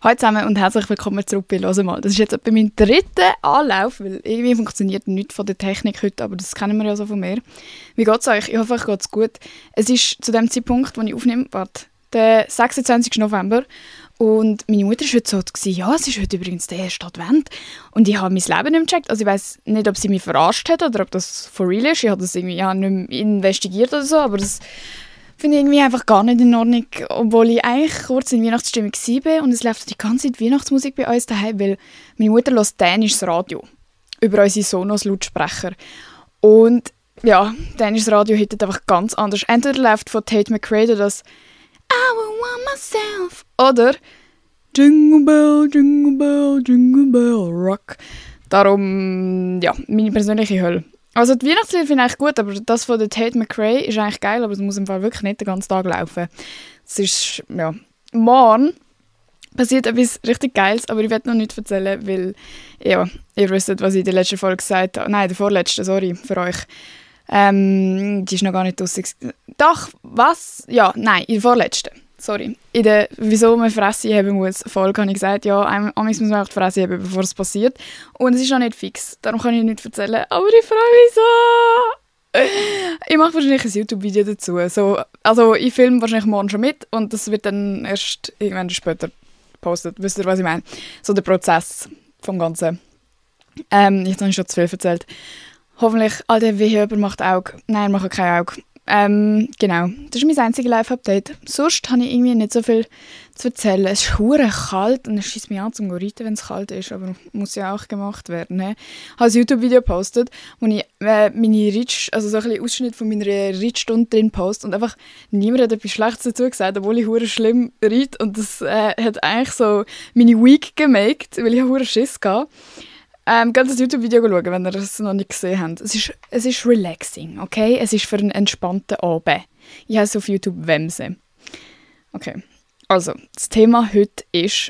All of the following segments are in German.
Hallo zusammen und herzlich willkommen zurück bei «Hör mal». Das ist jetzt etwa mein dritter Anlauf, weil irgendwie funktioniert nichts von der Technik heute, aber das kennen wir ja so von mir. Wie geht es euch? Ich hoffe, euch geht es gut. Es ist zu dem Zeitpunkt, wo ich aufnehme, der 26. November und meine Mutter war heute so, ja, es ist heute übrigens der erste Advent und ich habe mein Leben nicht mehr gecheckt. Also ich weiss nicht, ob sie mich verarscht hat oder ob das for real ist. Ich habe das irgendwie nicht mehr investigiert oder so, aber das finde ich irgendwie einfach gar nicht in Ordnung, obwohl ich eigentlich kurz in Weihnachtsstimmung war und es läuft die ganze Zeit Weihnachtsmusik bei uns daheim, weil meine Mutter hört dänisches Radio über unsere Sonos-Lautsprecher. Und ja, dänisches Radio hittet einfach ganz anders. Entweder läuft von Tate McRae das I will want myself oder Jingle Bell, Jingle Bell, Jingle Bell Rock. Darum, ja, meine persönliche Hölle. Also die Weihnachtslieder finde ich eigentlich gut, aber das von der Tate McRae ist eigentlich geil, aber es muss im Fall wirklich nicht den ganzen Tag laufen. Es ist, ja, morgen passiert etwas richtig Geiles, aber ich werde noch nichts erzählen, weil, ja, ihr wisst, was ich in der letzten Folge gesagt habe. Nein, der vorletzten, sorry, für euch. Die ist noch gar nicht draussen. Doch, was? Ja, nein, in der vorletzten. Sorry. In der «Wieso man Fresse haben muss» Folge habe ich gesagt, ja, einmal muss man auch die Fresse haben, bevor es passiert. Und es ist noch nicht fix. Darum kann ich nichts erzählen. Aber ich freue mich so. Ich mache wahrscheinlich ein YouTube-Video dazu. So, also ich filme wahrscheinlich morgen schon mit und das wird dann erst irgendwann später gepostet. Wisst ihr, was ich meine? So der Prozess vom Ganzen. Jetzt habe ich schon zu viel erzählt. Hoffentlich, Alter, wie jemand macht Auge. Nein, macht kein Auge. Genau, das ist mein einziges Live-Update. Sonst habe ich irgendwie nicht so viel zu erzählen. Es ist hure kalt und es schießt mich an zum reiten, wenn es kalt ist, aber muss ja auch gemacht werden. Ich habe ein YouTube-Video gepostet, wo ich meine Reach, also so ein bisschen Ausschnitt von meiner Reitstunde drin poste und einfach niemand hat etwas Schlechtes dazu gesagt, obwohl ich hure schlimm reite und das hat eigentlich so meine Week gemacht, weil ich hure Schiss hatte. Geht das YouTube-Video schauen, wenn ihr es noch nicht gesehen habt. Es ist relaxing, okay? Es ist für einen entspannten Abend. Ich heiße auf YouTube Wemse. Okay, also, das Thema heute ist,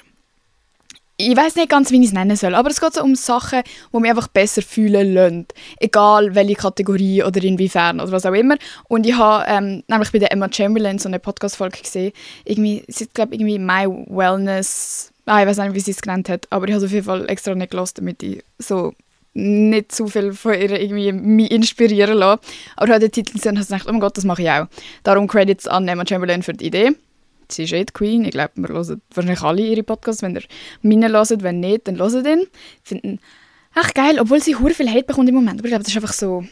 ich weiss nicht ganz, wie ich es nennen soll, aber es geht so um Sachen, die mich einfach besser fühlen lassen. Egal, welche Kategorie oder inwiefern oder was auch immer. Und ich habe nämlich bei der Emma Chamberlain so eine Podcast-Folge gesehen. Sie hat, glaube ich, irgendwie «My Wellness», ich weiß nicht, wie sie es genannt hat, aber ich habe es auf jeden Fall extra nicht gehört, damit ich so nicht zu viel von ihr irgendwie mich inspirieren lasse. Aber ich habe den Titel gesehen und habe gedacht, oh mein Gott, das mache ich auch. Darum Credits an Emma Chamberlain für die Idee. Sie ist die Queen. Ich glaube, wir hören wahrscheinlich alle ihre Podcasts. Wenn ihr meine hört, wenn nicht, dann hört ihn. Ich finde ihn echt geil, obwohl sie hure viel Hate bekommt im Moment. Aber ich glaube, das ist einfach so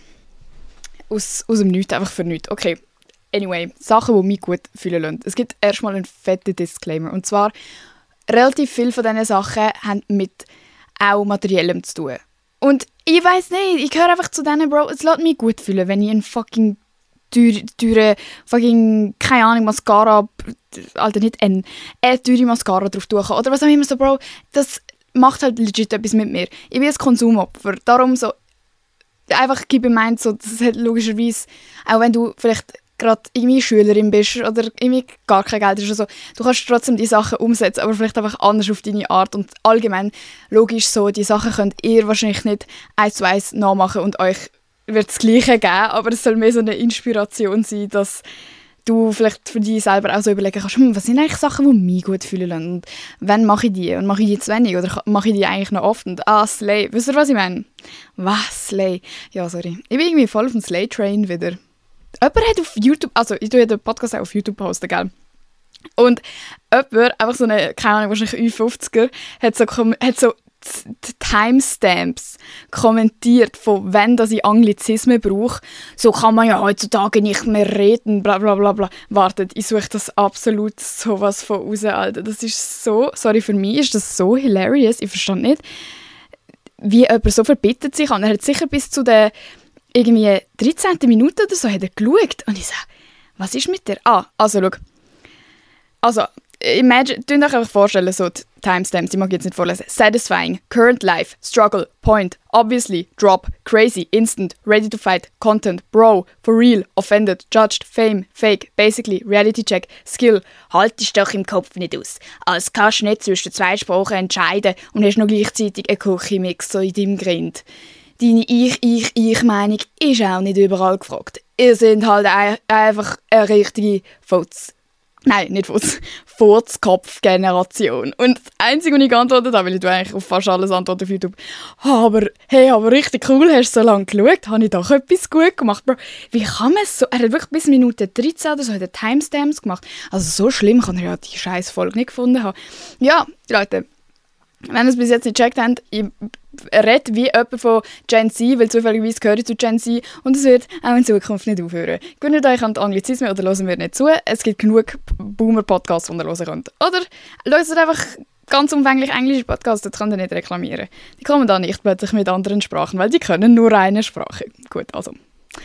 aus dem Nichts, einfach für nichts. Okay, anyway, Sachen, die mich gut fühlen lassen. Es gibt erstmal einen fetten Disclaimer. Und zwar, relativ viele von diesen Sachen haben mit auch Materiellem zu tun. Und ich weiss nicht, ich gehöre einfach zu denen, Bro, es lässt mich gut fühlen, wenn ich einen fucking teure, fucking, keine Ahnung, Mascara, Alter, nicht eine teure Mascara drauf tun kann. Oder was auch immer so, Bro, das macht halt legit etwas mit mir. Ich bin ein Konsumopfer, darum so, einfach gib in Mind, so, das hat logischerweise, auch wenn du vielleicht gerade irgendwie Schülerin bist oder irgendwie gar kein Geld hast oder so, du kannst trotzdem die Sachen umsetzen, aber vielleicht einfach anders auf deine Art und allgemein logisch so, die Sachen könnt ihr wahrscheinlich nicht 1:1 nachmachen und euch wird das Gleiche geben, aber es soll mehr so eine Inspiration sein, dass du vielleicht für dich selber auch so überlegen kannst, was sind eigentlich Sachen, die mich gut fühlen lassen und wann mache ich die und mache ich die zu wenig oder mache ich die eigentlich noch oft und Slay, wisst ihr, was ich meine? Was, Slay? Ja, sorry. Ich bin irgendwie voll auf dem Slay-Train wieder. Jemand hat auf YouTube, also ich tue ja den Podcast auch auf YouTube posten, gell? Und jemand, einfach so eine, keine Ahnung, wahrscheinlich Ü50er, hat so Timestamps kommentiert, von wenn ich Anglizismen brauche. So kann man ja heutzutage nicht mehr reden, bla bla bla bla. Wartet, ich suche das absolut sowas von raus, Alter. Das ist so, sorry, für mich ist das so hilarious, ich verstehe nicht, wie jemand so verbittet sich kann. Er hat sicher bis zu der irgendwie 13. Minute oder so hat er geschaut. Und ich so, was ist mit dir? Also, schau. Also, könnt euch einfach vorstellen, so die Timestamps, die mag ich jetzt nicht vorlesen. Satisfying, current life, struggle, point, obviously, drop, crazy, instant, ready to fight, content, bro, for real, offended, judged, fame, fake, basically, reality check, skill. Halt dich doch im Kopf nicht aus. Als kannst du nicht zwischen zwei Sprachen entscheiden und hast noch gleichzeitig einen Küchenmix so in deinem Grind. Deine Ich-Meinung ist auch nicht überall gefragt. Ihr seid halt einfach eine richtige Fotz. Nein, nicht Furzkopf-Generation. Und das Einzige, was ich geantwortet habe, weil ich eigentlich auf fast alles antworte auf YouTube, aber richtig cool, hast du so lange geschaut, habe ich doch etwas gut gemacht. Bro, wie kann man so, er hat wirklich bis Minute 13 oder so, hat er Timestamps gemacht. Also so schlimm kann er ja die scheiß Folge nicht gefunden haben. Ja, Leute, wenn ihr es bis jetzt nicht gecheckt habt, ich rede wie jemand von Gen Z, weil zufälligerweise gehöre ich zu Gen Z und es wird auch in Zukunft nicht aufhören. Gewöhnt euch an die Anglizismen oder hören wir nicht zu. Es gibt genug Boomer-Podcasts, die ihr hören könnt. Oder hört einfach ganz umfänglich englische Podcasts, das könnt ihr nicht reklamieren. Die kommen da nicht plötzlich mit anderen Sprachen, weil die können nur eine Sprache. Gut, also.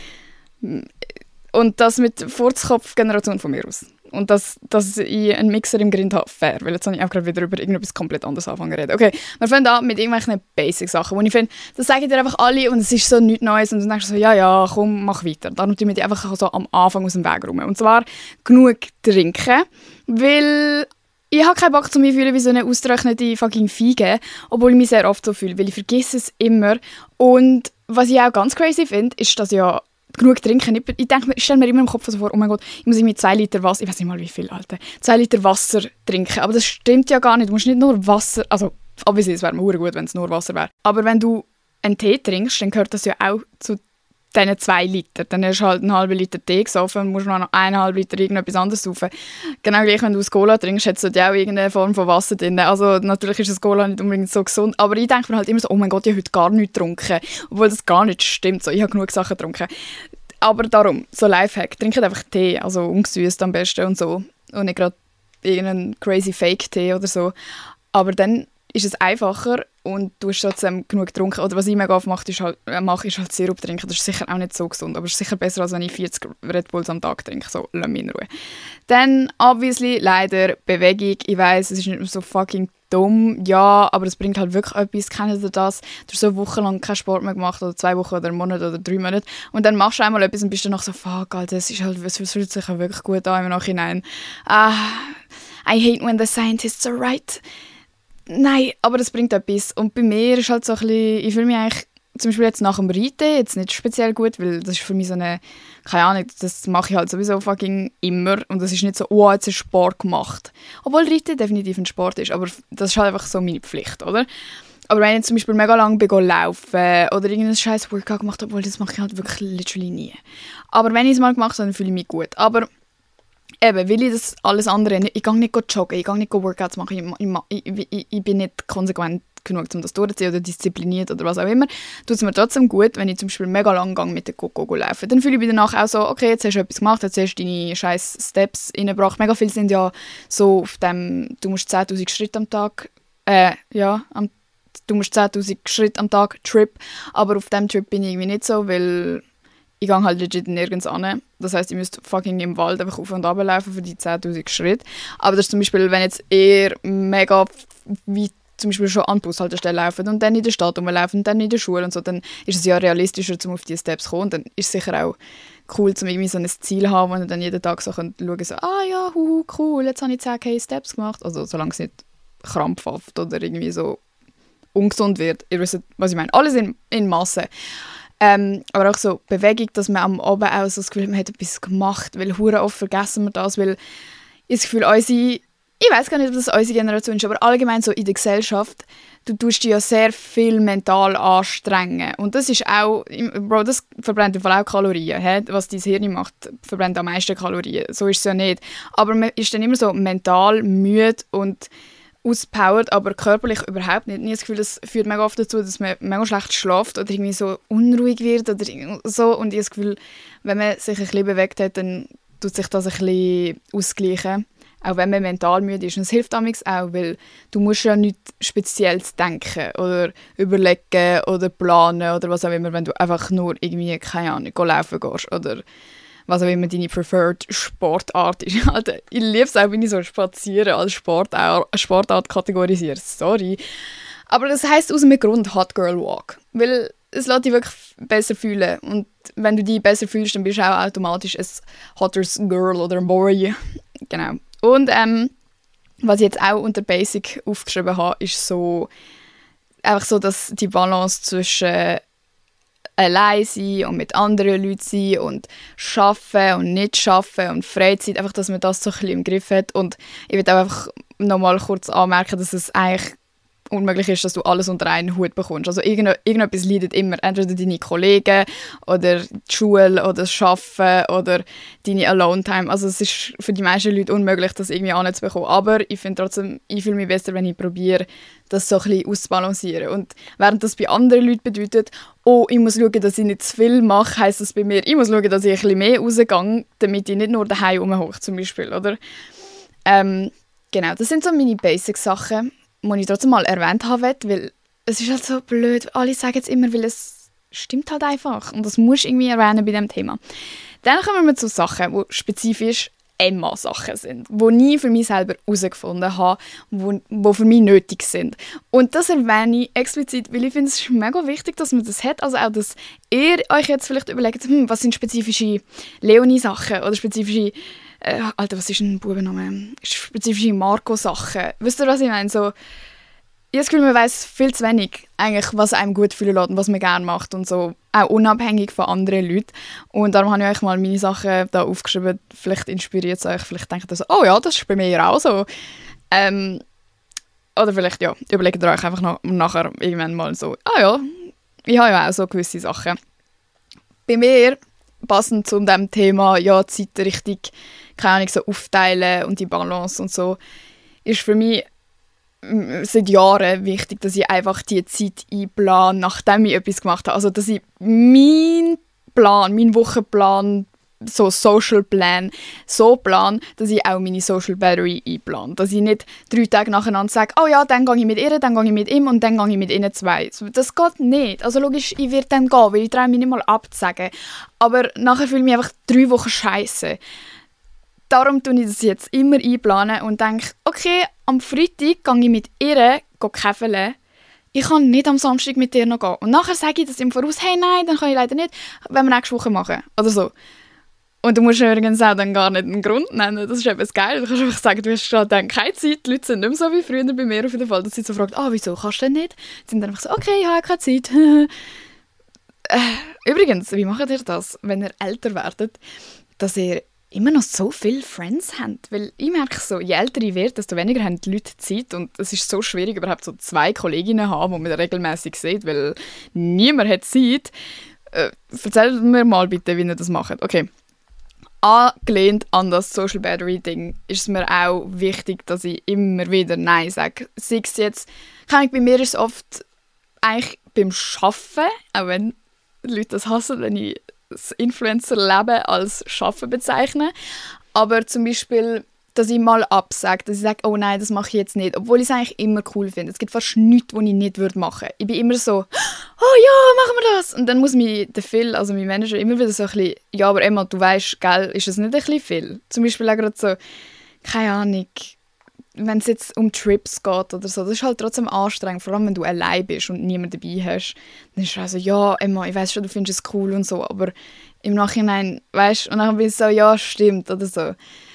Und das mit Furzkopf-Generation von mir aus. Und dass ich einen Mixer im Grind habe, fair. Weil jetzt habe ich auch gerade wieder über irgendetwas komplett anderes anfangen zu reden. Okay, wir fangen an mit irgendwelchen Basic-Sachen, wo ich finde, das sagen dir einfach alle und es ist so nichts Neues. Und dann denkst du so, ja, komm, mach weiter. Dann tun wir die einfach so am Anfang aus dem Weg rum. Und zwar genug trinken, weil ich habe keinen Bock, zu mir fühlen wie so eine ausgetrocknete fucking Feige, obwohl ich mich sehr oft so fühle, weil ich vergesse es immer. Und was ich auch ganz crazy finde, ist, dass ja genug trinken. Ich denke, ich stelle mir immer im Kopf so vor, oh mein Gott, ich muss irgendwie 2 Liter Wasser, ich weiß nicht mal wie viel, Alter, 2 Liter Wasser trinken. Aber das stimmt ja gar nicht. Du musst nicht nur Wasser, also obviously, es wäre mir gut, wenn es nur Wasser wäre. Aber wenn du einen Tee trinkst, dann gehört das ja auch zu diesen 2 Liter. Dann hast du halt einen halben Liter Tee gesoffen und musst noch 1,5 Liter irgendetwas anderes saufen. Genau gleich, wenn du aus Cola trinkst, hat es ja auch irgendeine Form von Wasser drin. Also natürlich ist das Cola nicht unbedingt so gesund, aber ich denke mir halt immer so, oh mein Gott, ich habe heute gar nichts getrunken. Obwohl das gar nicht stimmt. So, ich habe genug Sachen getrunken. Aber darum, so Lifehack, trinkt einfach Tee, also ungesüßt am besten und so. Und nicht gerade irgendeinen crazy Fake-Tee oder so. Aber dann ist es einfacher und du hast trotzdem genug getrunken. Oder was ich mega oft mache, ist halt Sirup trinken. Das ist sicher auch nicht so gesund, aber es ist sicher besser, als wenn ich 40 Red Bulls am Tag trinke. So, lass mich in Ruhe. Dann, obviously, leider Bewegung. Ich weiss, es ist nicht mehr so fucking dumm, ja, aber es bringt halt wirklich etwas. Kennt ihr das? Du hast so wochenlang keinen Sport mehr gemacht, oder 2 Wochen, oder einen Monat, oder 3 Monate. Und dann machst du einmal etwas und bist dann noch so, fuck, Alter, es fühlt sich ja wirklich gut an im Nachhinein. I hate when the scientists are right. Nein, aber das bringt etwas. Und bei mir ist halt so ein bisschen, ich fühle mich eigentlich zum Beispiel jetzt nach dem Reiten jetzt nicht speziell gut, weil das ist für mich so eine, keine Ahnung, das mache ich halt sowieso fucking immer und das ist nicht so, oh, jetzt ist Sport gemacht. Obwohl Reiten definitiv ein Sport ist, aber das ist halt einfach so meine Pflicht, oder? Aber wenn ich jetzt zum Beispiel mega lange laufen oder irgendein scheiß Workout gemacht habe, obwohl das mache ich halt wirklich literally nie. Aber wenn ich es mal gemacht habe, dann fühle ich mich gut. Aber eben, will ich das alles andere nicht, ich gehe nicht joggen, ich gehe nicht Workouts machen, ich bin nicht konsequent genug, um das durchzuziehen oder diszipliniert oder was auch immer, tut es mir trotzdem gut, wenn ich zum Beispiel mega lang gehe mit der Coco laufen. Dann fühle ich mich danach auch so, okay, jetzt hast du etwas gemacht, jetzt hast du deine scheiß Steps reingebracht. Mega viele sind ja so auf dem, du musst 10'000 Schritte am Tag, du musst 10'000 Schritte am Tag Trip, aber auf dem Trip bin ich irgendwie nicht so, weil ich gehe halt legit nirgends an. Das heisst, ich müsste fucking im Wald einfach auf und ab laufen für die 10'000 Schritte. Aber das ist zum Beispiel, wenn jetzt eher mega wie zum Beispiel schon an die Bushaltestelle laufen und dann in der Stadt rumlaufen und dann in der Schule und so, dann ist es ja realistischer, um auf diese Steps zu kommen. Und dann ist es sicher auch cool, um irgendwie so ein Ziel zu haben, wo dann jeden Tag so schauen könnt, so, ja, cool, jetzt habe ich 10 Steps gemacht. Also solange es nicht krampfhaft oder irgendwie so ungesund wird. Ihr wisst, was ich meine. Alles in Masse. Aber auch so Bewegung, dass man am Abend auch so das Gefühl hat, man hat etwas gemacht, weil hure oft vergessen wir das, weil ich das Gefühl, ich weiß gar nicht, ob das unsere Generation ist, aber allgemein so in der Gesellschaft, du tust dich ja sehr viel mental anstrengen. Und das ist auch, Bro, das verbrennt im Fall auch Kalorien. He? Was dein Hirn macht, verbrennt am meisten Kalorien. So ist es ja nicht. Aber man ist dann immer so mental müde und auspowert, aber körperlich überhaupt nicht. Ich habe das Gefühl, das führt mega oft dazu, dass man mega schlecht schläft oder irgendwie so unruhig wird oder so. Und ich habe das Gefühl, wenn man sich ein bisschen bewegt hat, dann tut sich das ein bisschen ausgleichen. Auch wenn man mental müde ist. Und es hilft amigs auch, weil du musst ja nichts Spezielles denken oder überlegen oder planen oder was auch immer, wenn du einfach nur irgendwie, keine Ahnung, laufen gehst oder was auch immer deine preferred Sportart ist. Also, ich liebe es auch, wenn ich so Spazieren als Sportart kategorisiere. Sorry. Aber das heisst aus einem Grund Hot Girl Walk. Weil es lässt dich wirklich besser fühlen. Und wenn du dich besser fühlst, dann bist du auch automatisch ein hotter Girl oder ein Boy. Genau. Und was ich jetzt auch unter Basic aufgeschrieben habe, ist so einfach so, dass die Balance zwischen allein sein und mit anderen Leuten sein und arbeiten und nicht arbeiten und Freizeit, einfach, dass man das so ein bisschen im Griff hat. Und ich will auch einfach nochmal kurz anmerken, dass es eigentlich unmöglich ist, dass du alles unter einen Hut bekommst. Also irgendetwas leidet immer. Entweder deine Kollegen oder die Schule oder das Arbeiten oder deine Alone-Time. Also es ist für die meisten Leute unmöglich, das irgendwie anzubekommen. Aber ich finde trotzdem, ich fühle mich besser, wenn ich probiere, das so ein bisschen auszubalancieren. Und während das bei anderen Leuten bedeutet, oh, ich muss schauen, dass ich nicht zu viel mache, heisst das bei mir, ich muss schauen, dass ich ein bisschen mehr rausgehe, damit ich nicht nur daheim rumhocke, zum Beispiel, oder? Genau, das sind so meine Basic-Sachen, die ich trotzdem mal erwähnt haben will, weil es ist halt so blöd. Alle sagen es immer, weil es stimmt halt einfach. Und das musst du irgendwie erwähnen bei diesem Thema. Dann kommen wir zu Sachen, die spezifisch Emma-Sachen sind, die ich für mich selber herausgefunden habe, die für mich nötig sind. Und das erwähne ich explizit, weil ich finde, es ist mega wichtig, dass man das hat. Also auch, dass ihr euch jetzt vielleicht überlegt, was sind spezifische Leonie-Sachen oder spezifische Alter, was ist ein Bubenname? Spezifische Marco-Sachen. Wisst ihr, was ich meine? So, ich habe das Gefühl, man weiss viel zu wenig, eigentlich, was einem gut fühlen lässt und was man gerne macht und so. Auch unabhängig von anderen Leuten. Und darum habe ich euch mal meine Sachen da aufgeschrieben. Vielleicht inspiriert es euch, vielleicht denkt ihr so, oh ja, das ist bei mir auch so. Oder vielleicht, ja, überlegt ihr euch einfach nachher irgendwann mal so, ah ja, ich habe ja auch so gewisse Sachen. Bei mir, passend zu diesem Thema, ja, die Zeit richtig, keine Ahnung, so aufteilen und die Balance und so, ist für mich seit Jahren wichtig, dass ich einfach die Zeit einplane, nachdem ich etwas gemacht habe. Also, dass ich meinen Wochenplan, so Social Plan, so plan, dass ich auch meine Social Battery einplane. Dass ich nicht 3 Tage nacheinander sage, oh ja, dann gehe ich mit ihr, dann gehe ich mit ihm und dann gehe ich mit ihnen 2. Das geht nicht. Also logisch, ich werde dann gehen, weil ich traue mich nicht mal abzusagen. Aber nachher fühle ich mich einfach 3 Wochen scheiße. Darum tue ich das jetzt immer einplanen und denke, okay, am Freitag gehe ich mit ihr käfeln. Ich kann nicht am Samstag mit ihr noch gehen. Und nachher sage ich das im Voraus, hey, nein, dann kann ich leider nicht, wenn wir nächste Woche machen. Oder so. Und du musst übrigens auch dann gar nicht einen Grund nennen. Das ist eben das Geile. Du kannst einfach sagen, du hast gerade keine Zeit. Die Leute sind nicht mehr so wie früher bei mir auf jeden Fall, dass sie so fragen, wieso kannst du denn nicht? Sie sind dann einfach so, okay, ich habe keine Zeit. Übrigens, wie macht ihr das, wenn ihr älter werdet, dass ihr immer noch so viele Friends habt? Weil ich merke so, je älter ich werde, desto weniger haben die Leute Zeit und es ist so schwierig, überhaupt so 2 Kolleginnen zu haben, die man regelmäßig sieht, weil niemand hat Zeit. Erzählt mir mal bitte, wie ihr das macht. Okay. Angelehnt an das Social Battery Ding ist es mir auch wichtig, dass ich immer wieder Nein sage. Sei es jetzt, bei mir ist es oft eigentlich beim Arbeiten, auch wenn die Leute das hassen, wenn ich das Influencer-Leben als Arbeiten bezeichne. Aber zum Beispiel, dass ich mal absage, dass ich sage, oh nein, das mache ich jetzt nicht. Obwohl ich es eigentlich immer cool finde. Es gibt fast nichts, was ich nicht machen würde. Ich bin immer so, oh ja, machen wir das. Und dann muss mich der Phil, also mein Manager, immer wieder so ein bisschen, ja, aber Emma, du weißt, gell, ist es nicht ein bisschen viel? Zum Beispiel auch gerade so, keine Ahnung, wenn es jetzt um Trips geht oder so, das ist halt trotzdem anstrengend, vor allem wenn du allein bist und niemand dabei hast. Dann ist es also, ja, Emma, ich weiss schon, du findest es cool und so, aber im Nachhinein, weißt du, und dann bin ich so, ja, stimmt, oder so.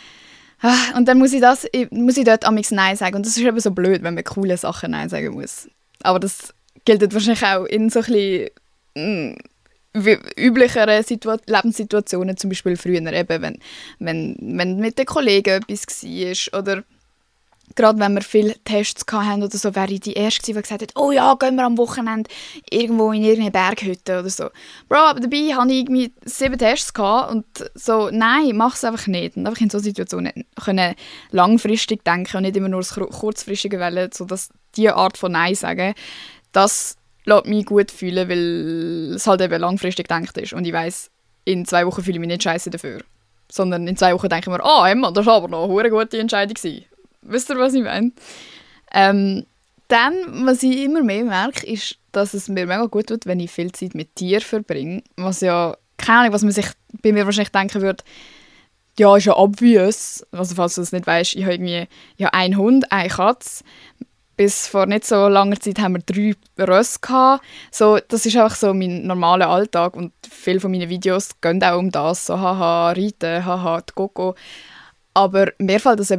Und dann muss ich dort amigs Nein sagen. Und das ist eben so blöd, wenn man coole Sachen Nein sagen muss. Aber das gilt wahrscheinlich auch in so ein bisschen üblicheren Lebenssituationen, zum Beispiel früher, eben, wenn mit den Kollegen etwas war oder gerade wenn wir viele Tests hatten oder so, wäre ich die Erste, die gesagt hat, oh ja, gehen wir am Wochenende irgendwo in irgendeine Berghütte oder so. Bro, aber dabei hatte ich irgendwie 7 Tests und so, nein, mach es einfach nicht. Und einfach in solchen Situationen können langfristig denken und nicht immer nur das kurzfristige wählen, sodass diese Art von Nein sagen, das lässt mich gut fühlen, weil es halt eben langfristig gedacht ist. Und ich weiss, in 2 Wochen fühle ich mich nicht scheiße dafür. Sondern in 2 Wochen denke ich mir, Emma, das war aber noch eine gute Entscheidung gewesen. Wisst ihr, was ich meine? Dann, was ich immer mehr merke, ist, dass es mir mega gut tut, wenn ich viel Zeit mit Tieren verbringe. Was ja, keine Ahnung, was man sich bei mir wahrscheinlich denken würde, ja, ist ja obvious. Also falls du das nicht weißt, ich habe einen Hund, eine Katze. Bis vor nicht so langer Zeit haben wir 3 Rösse gehabt. So, das ist einfach so mein normaler Alltag und viele von meinen Videos gehen auch um das. So, haha, reiten, haha, die Coco. Aber mir fällt das eben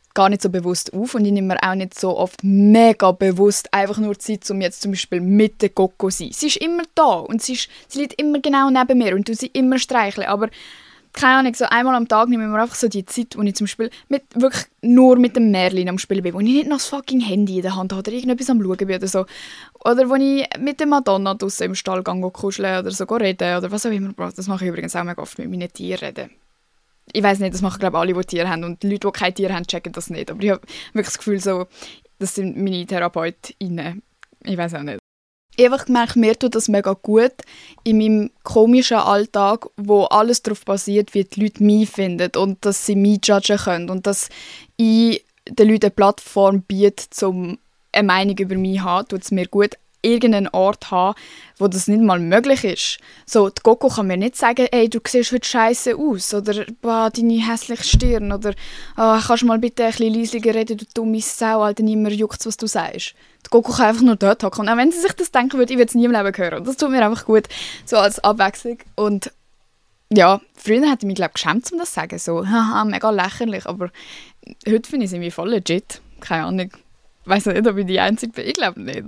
gar nicht so bewusst auf und ich nehme mir auch nicht so oft mega bewusst einfach nur Zeit, um jetzt zum Beispiel mit der Coco zu sein. Sie ist immer da und sie liegt immer genau neben mir und du sie immer streicheln, aber keine Ahnung, so einmal am Tag nehme ich mir einfach so die Zeit, wo ich zum Beispiel wirklich nur mit dem Merlin am Spielen bin, wo ich nicht noch das fucking Handy in der Hand habe oder irgendetwas am Schauen bin oder so. Oder wo ich mit der Madonna draussen im Stall kuscheln oder so reden oder was auch immer. Das mache ich übrigens auch mega oft mit meinen Tieren reden. Ich weiss nicht, das machen glaube ich alle, die Tiere haben. Und die Leute, die keine Tiere haben, checken das nicht. Aber ich habe wirklich das Gefühl, so, das sind meine TherapeutInnen. Ich weiss auch nicht. Ich habe einfach gemerkt, mir tut das mega gut in meinem komischen Alltag, wo alles darauf basiert, wie die Leute mich finden und dass sie mich judgen können und dass ich den Leuten eine Plattform biete, um eine Meinung über mich zu haben, tut es mir gut, irgendeinen Ort haben, wo das nicht mal möglich ist. So, die Coco kann mir nicht sagen, «Ey, du siehst heute scheisse aus» oder «Boah, deine hässliche Stirn» oder «Oh, kannst du mal bitte ein bisschen leisiger reden, du dumme Sau, Alter, niemand juckt, was du sagst». Die Coco kann einfach nur dort hocken. Und auch wenn sie sich das denken würde, ich würde es nie im Leben hören. Und das tut mir einfach gut, so als Abwechslung. Und ja, früher hätte ich mich, glaube ich, geschämt, um das zu sagen. So, haha, mega lächerlich. Aber heute finde ich es irgendwie voll legit. Keine Ahnung. Ich weiss nicht, ob ich die Einzige bin. Ich glaube nicht.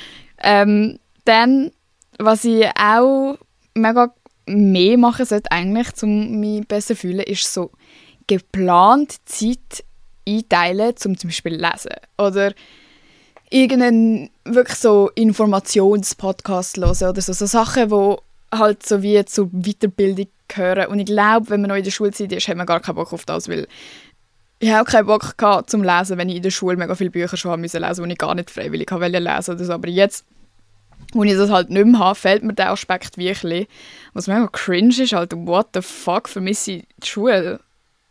Dann, was ich auch mega mehr machen sollte, eigentlich, um mich besser zu fühlen, ist so geplant Zeit einteilen, um zum Beispiel lesen. Oder irgendeinen wirklich so Informationspodcast hören oder so Sachen, die halt so wie zur Weiterbildung gehören. Und ich glaube, wenn man noch in der Schulzeit ist, hat man gar keinen Bock auf das, weil ich habe auch keinen Bock gehabt, zum Lesen, wenn ich in der Schule mega viele Bücher schon lesen musste, die ich gar nicht freiwillig lesen wollte oder so. Aber jetzt, wo ich das halt nicht mehr habe, fehlt mir der Aspekt wirklich. Was mega cringe ist, halt, what the fuck, vermisse ich die Schule?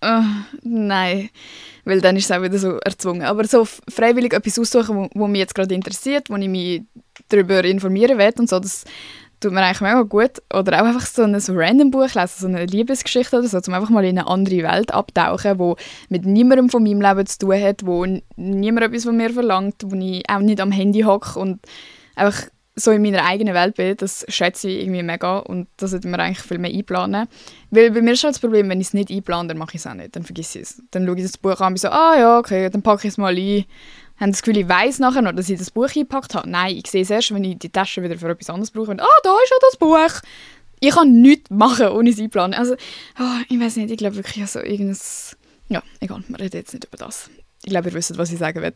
Nein, weil dann ist es auch wieder so erzwungen. Aber so freiwillig etwas aussuchen, wo mich jetzt gerade interessiert, wo ich mich darüber informieren will und so, das tut mir eigentlich mega gut. Oder auch einfach so ein random Buch lesen, so eine Liebesgeschichte oder so, um einfach mal in eine andere Welt abtauchen, wo mit niemandem von meinem Leben zu tun hat, wo niemand etwas von mir verlangt, wo ich auch nicht am Handy hocke und einfach so in meiner eigenen Welt bin, das schätze ich irgendwie mega und das sollte man eigentlich viel mehr einplanen. Weil bei mir ist halt das Problem, wenn ich es nicht einplane, dann mache ich es auch nicht, dann vergesse ich es. Dann schaue ich das Buch an und so, ja, okay, dann packe ich es mal ein. Habe das Gefühl, ich weiss nachher noch, dass ich das Buch eingepackt habe? Nein, ich sehe es erst, wenn ich die Tasche wieder für etwas anderes brauche. Und, da ist ja das Buch. Ich kann nichts machen, ohne es einplanen. Also, ich weiss nicht, ich glaube wirklich, also irgendwas... Ja, egal, wir reden jetzt nicht über das. Ich glaube, ihr wisst, was ich sagen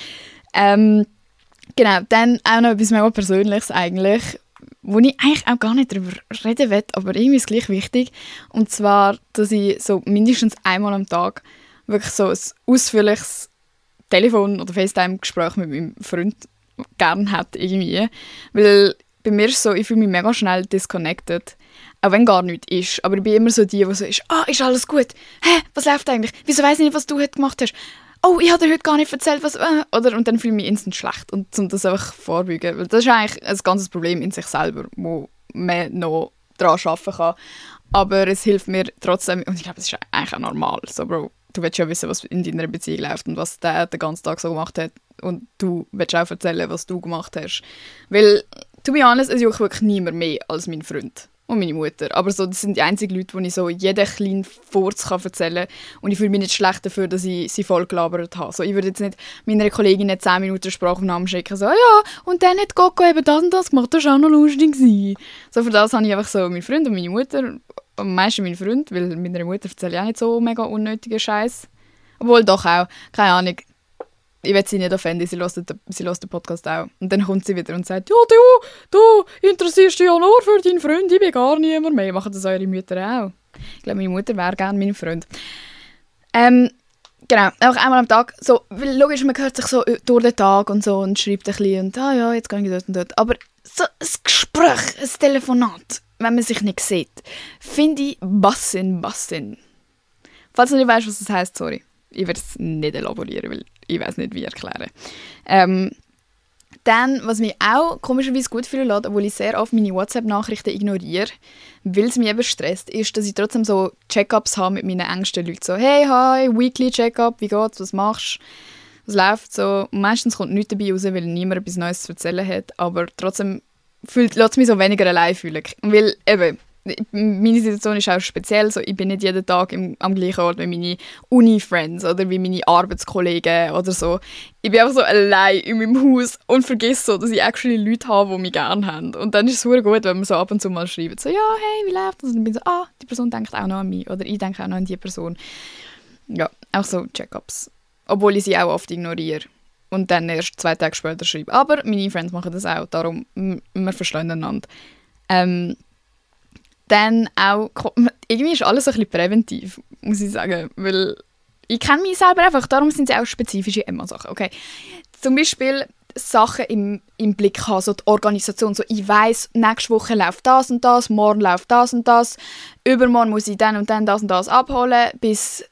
will. Genau, dann auch noch etwas mega Persönliches eigentlich, wo ich eigentlich auch gar nicht darüber reden will, aber irgendwie ist es gleich wichtig. Und zwar, dass ich so mindestens einmal am Tag wirklich so ein ausführliches Telefon- oder FaceTime-Gespräch mit meinem Freund gerne hätte irgendwie. Weil bei mir ist es so, ich fühle mich mega schnell disconnected. Auch wenn gar nichts ist. Aber ich bin immer so die so ist, ist alles gut? Hä, was läuft eigentlich? Wieso weiss ich nicht, was du heute gemacht hast? Oh, ich habe dir heute gar nicht erzählt, was... Oder, und dann fühle ich mich instant schlecht. Und um das einfach vorbeugen. Weil das ist eigentlich ein ganzes Problem in sich selber, wo man noch daran arbeiten kann. Aber es hilft mir trotzdem... Und ich glaube, es ist eigentlich auch normal. So, Bro, du willst ja wissen, was in deiner Beziehung läuft und was der den ganzen Tag so gemacht hat. Und du willst auch erzählen, was du gemacht hast. Weil, to be honest, es juckt wirklich niemand mehr als mein Freund. Und meine Mutter. Aber so, das sind die einzigen Leute, die ich so jeden kleinen Furz erzählen kann. Und ich fühle mich nicht schlecht dafür, dass ich sie voll gelabert habe. So, ich würde jetzt nicht meiner Kollegin 10 Minuten Sprachaufnahmen schicken, so, ja, und dann hat Coco eben das und das gemacht, das war auch noch lustig gewesen. So, für das habe ich einfach so meinen Freund und meine Mutter, am meisten meinen Freund, weil meiner Mutter erzähle ich auch nicht so mega unnötigen Scheiß. Obwohl doch auch, keine Ahnung. Ich will sie nicht offenden, sie hört den Podcast auch. Und dann kommt sie wieder und sagt, ja, du interessierst dich ja nur für deinen Freund, ich bin gar niemand mehr. Machen das eure Mütter auch? Ich glaube, meine Mutter wäre gerne mein Freund. Genau, einfach einmal am Tag. So, weil logisch, man hört sich so durch den Tag und so und schreibt ein bisschen und ja, jetzt gehe ich dort und dort. Aber so ein Gespräch, ein Telefonat, wenn man sich nicht sieht, finde ich Bassin. Falls du nicht weißt, was das heisst, sorry. Ich werde es nicht elaborieren, weil ich weiß nicht, wie erklären. Dann, was mich auch komischerweise gut fühlen lässt, obwohl ich sehr oft meine WhatsApp-Nachrichten ignoriere, weil es mich eben stresst, ist, dass ich trotzdem so Check-ups habe mit meinen engsten Leuten. So, hey, hi, Weekly Check-up, wie geht's, was machst du, was läuft so. Und meistens kommt nichts dabei raus, weil niemand etwas Neues zu erzählen hat, aber trotzdem lässt es mich so weniger allein fühlen. Weil eben, meine Situation ist auch speziell, so, ich bin nicht jeden Tag am gleichen Ort wie meine Uni-Friends oder wie meine Arbeitskollegen oder so. Ich bin einfach so allein in meinem Haus und vergesse so, dass ich actually Leute habe, die mich gerne haben. Und dann ist es super gut, wenn man so ab und zu mal schreibt, so, ja, hey, wie läuft das? Und dann bin ich so, die Person denkt auch noch an mich oder ich denke auch noch an die Person. Ja, auch so Check-ups. Obwohl ich sie auch oft ignoriere. Und dann erst 2 Tage später schreibe. Aber meine Friends machen das auch, darum, wir verstehen einander. Dann auch, irgendwie ist alles ein bisschen präventiv, muss ich sagen, weil ich kenne mich selber einfach, darum sind es auch spezifische Emma-Sachen. Okay. Zum Beispiel Sachen im Blick haben, so die Organisation, so ich weiss, nächste Woche läuft das und das, morgen läuft das und das, übermorgen muss ich dann und dann das und das abholen, bis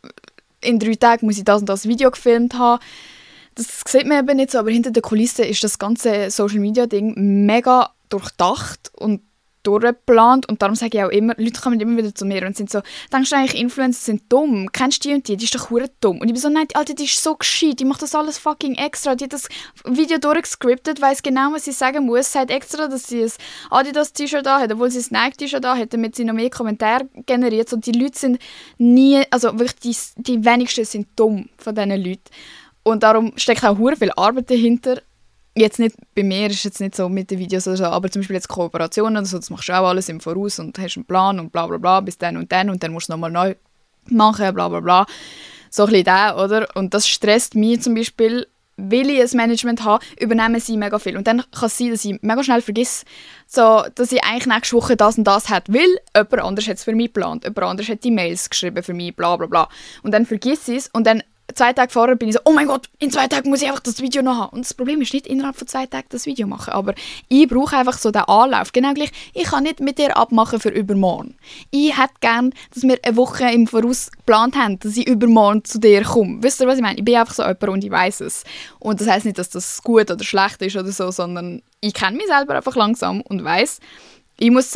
in 3 Tagen muss ich das und das Video gefilmt haben. Das sieht man eben nicht so, aber hinter der Kulisse ist das ganze Social-Media-Ding mega durchdacht und durchgeplant und darum sage ich auch immer, Leute kommen immer wieder zu mir und sind so, denkst du eigentlich, Influencer sind dumm? Kennst du die ist doch verdammt dumm. Und ich bin so, nein, Alter, die ist so gescheit, die macht das alles fucking extra, die hat das Video durchgescriptet, weiss genau, was sie sagen muss, sagt extra, dass sie ein Adidas-T-Shirt da hat, obwohl sie ein Nike-T-Shirt da hat, damit sie noch mehr Kommentare generiert. Und die Leute sind nie, also wirklich die wenigsten sind dumm von diesen Leuten. Und darum steckt auch verdammt viel Arbeit dahinter. Jetzt nicht, bei mir ist jetzt nicht so mit den Videos oder so, aber zum Beispiel jetzt Kooperationen oder so, das machst du auch alles im Voraus und hast einen Plan und bla bla bla, bis dann und dann musst du nochmal neu machen, bla bla bla. So ein bisschen das, oder? Und das stresst mich zum Beispiel, weil ich ein Management habe, übernehmen sie mega viel. Und dann kann es sein, dass ich mega schnell vergesse, so, dass ich eigentlich nächste Woche das und das hätte, weil jemand anderes hat es für mich geplant, jemand anderes hat die Mails geschrieben für mich, bla bla bla. Und dann vergesse ich es und dann 2 Tage vorher bin ich so, oh mein Gott, in 2 Tagen muss ich einfach das Video noch haben. Und das Problem ist nicht innerhalb von 2 Tagen das Video machen, aber ich brauche einfach so den Anlauf. Genau gleich, ich kann nicht mit dir abmachen für übermorgen. Ich hätte gerne, dass wir eine Woche im Voraus geplant haben, dass ich übermorgen zu dir komme. Wisst ihr, was ich meine? Ich bin einfach so jemand und ich weiss es. Und das heisst nicht, dass das gut oder schlecht ist oder so, sondern ich kenne mich selber einfach langsam und weiss, ich muss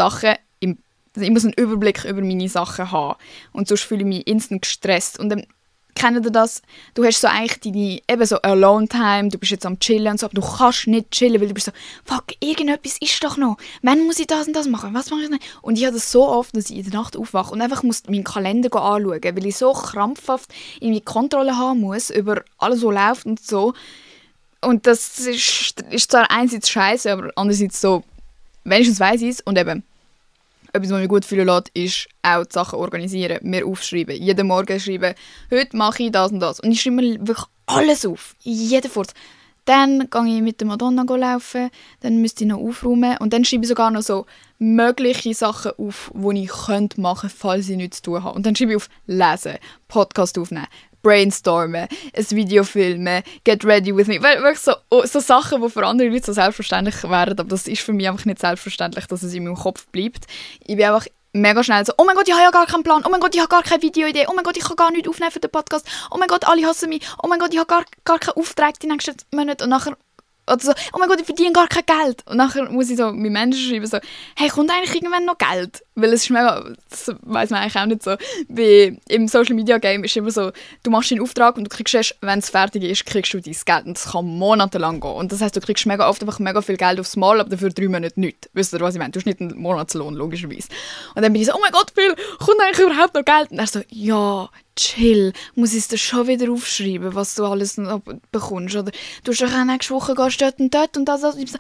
ich muss einen Überblick über meine Sachen haben. Und sonst fühle ich mich instant gestresst. Und dann kennt ihr das? Du hast so eigentlich deine eben so Alone-Time, du bist jetzt am Chillen und so, aber du kannst nicht chillen, weil du bist so, fuck, irgendetwas ist doch noch. Wann muss ich das und das machen? Was mache ich denn? Und ich habe das so oft, dass ich in der Nacht aufwache und einfach muss meinen Kalender anschauen, weil ich so krampfhaft irgendwie Kontrolle haben muss über alles, was läuft und so. Und das ist zwar einerseits scheiße, aber andererseits so, wenigstens weiss ich es und eben, etwas, was mich gut fühlen lässt, ist auch die Sachen organisieren, mir aufschreiben. Jeden Morgen schreiben, heute mache ich das und das. Und ich schreibe mir wirklich alles auf. Jeden Furz. Dann gehe ich mit der Madonna laufen, dann müsste ich noch aufräumen und dann schreibe ich sogar noch so mögliche Sachen auf, die ich machen könnte, falls ich nichts zu tun habe. Und dann schreibe ich auf Lesen, Podcast aufnehmen, brainstormen, ein Video filmen, get ready with me. Wirklich so Sachen, die für andere Leute so selbstverständlich wären, aber das ist für mich einfach nicht selbstverständlich, dass es in meinem Kopf bleibt. Ich bin einfach mega schnell so, oh mein Gott, ich habe ja gar keinen Plan, oh mein Gott, ich habe gar keine Videoidee, oh mein Gott, ich kann gar nichts aufnehmen für den Podcast, oh mein Gott, alle hassen mich, oh mein Gott, ich habe gar keinen Auftrag die nächsten Monate und nachher oder so, oh mein Gott, ich verdiene gar kein Geld. Und nachher muss ich so mit Menschen schreiben, so, hey, kommt eigentlich irgendwann noch Geld? Weil es ist mega, das weiss man eigentlich auch nicht so. Wie im Social Media Game ist immer so, du machst einen Auftrag und du kriegst erst, wenn es fertig ist, kriegst du dein Geld. Und das kann monatelang gehen. Und das heisst, du kriegst mega oft einfach mega viel Geld aufs Mal, aber dafür 3 Monate nichts. Wisst ihr, was ich meine? Du hast nicht einen Monatslohn, logischerweise. Und dann bin ich so, oh mein Gott, Phil, kommt eigentlich überhaupt noch Geld? Und er so, ja, chill, muss ich es dir schon wieder aufschreiben, was du alles noch bekommst. Oder du hast doch auch nächste Woche gehst dort und dort und das. Und ich so,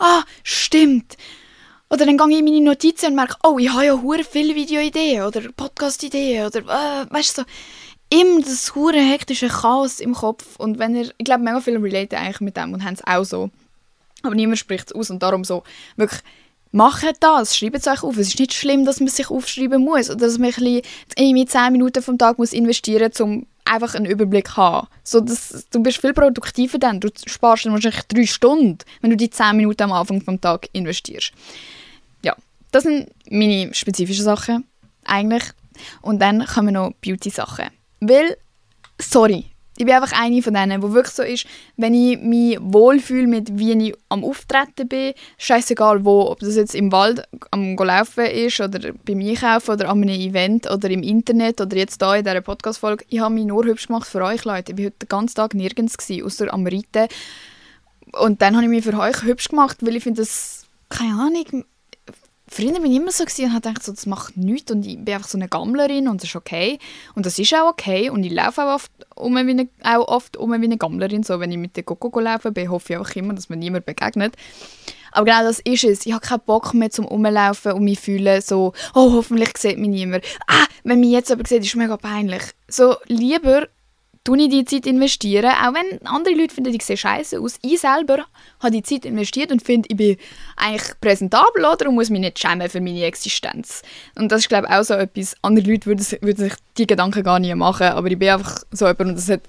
stimmt. Oder dann gehe ich in meine Notizen und merke, oh, ich habe ja hure viele Videoideen oder Podcast-Ideen oder weißt du, so immer das hure hektische Chaos im Kopf. Und wenn ich glaube, mega viele relaten eigentlich mit dem und haben es auch so. Aber niemand spricht es aus und darum so wirklich, macht das, schreibt es euch auf. Es ist nicht schlimm, dass man sich aufschreiben muss oder dass man irgendwie 10 Minuten vom Tag muss investieren muss, um einfach einen Überblick zu haben. So, du bist viel produktiver dann. Du sparst dann wahrscheinlich 3 Stunden, wenn du die 10 Minuten am Anfang vom Tag investierst. Ja, das sind meine spezifischen Sachen eigentlich. Und dann kommen noch Beauty-Sachen. Weil, sorry, ich bin einfach eine von denen, die wirklich so ist, wenn ich mich wohlfühle mit wie ich am Auftreten bin, scheissegal wo, ob das jetzt im Wald am Laufen ist oder beim Einkaufen oder an einem Event oder im Internet oder jetzt hier in dieser Podcast-Folge. Ich habe mich nur hübsch gemacht für euch, Leute. Ich war heute den ganzen Tag nirgends, außer am Reiten. Und dann habe ich mich für euch hübsch gemacht, weil ich finde das, keine Ahnung, früher bin ich immer so gewesen und habe gedacht, so, das macht nichts und ich bin einfach so eine Gammlerin und das ist okay. Und das ist auch okay und ich laufe auch oft wie eine Gammlerin. So, wenn ich mit der Coco laufen bin, hoffe ich auch immer, dass mir niemand begegnet. Aber genau das ist es. Ich habe keinen Bock mehr zum Rumlaufen und mich fühlen so, oh, hoffentlich sieht mich niemand. Wenn mich jetzt jemand sieht, ist es mega peinlich. So, lieber tue ich die Zeit investieren, auch wenn andere Leute finden, ich sehe scheiße aus. Ich selber habe die Zeit investiert und finde, ich bin eigentlich präsentabel, oder? Und muss mich nicht schämen für meine Existenz. Und das ist, glaube ich, auch so etwas, andere Leute würden sich die Gedanken gar nicht machen, aber ich bin einfach so jemand und das hat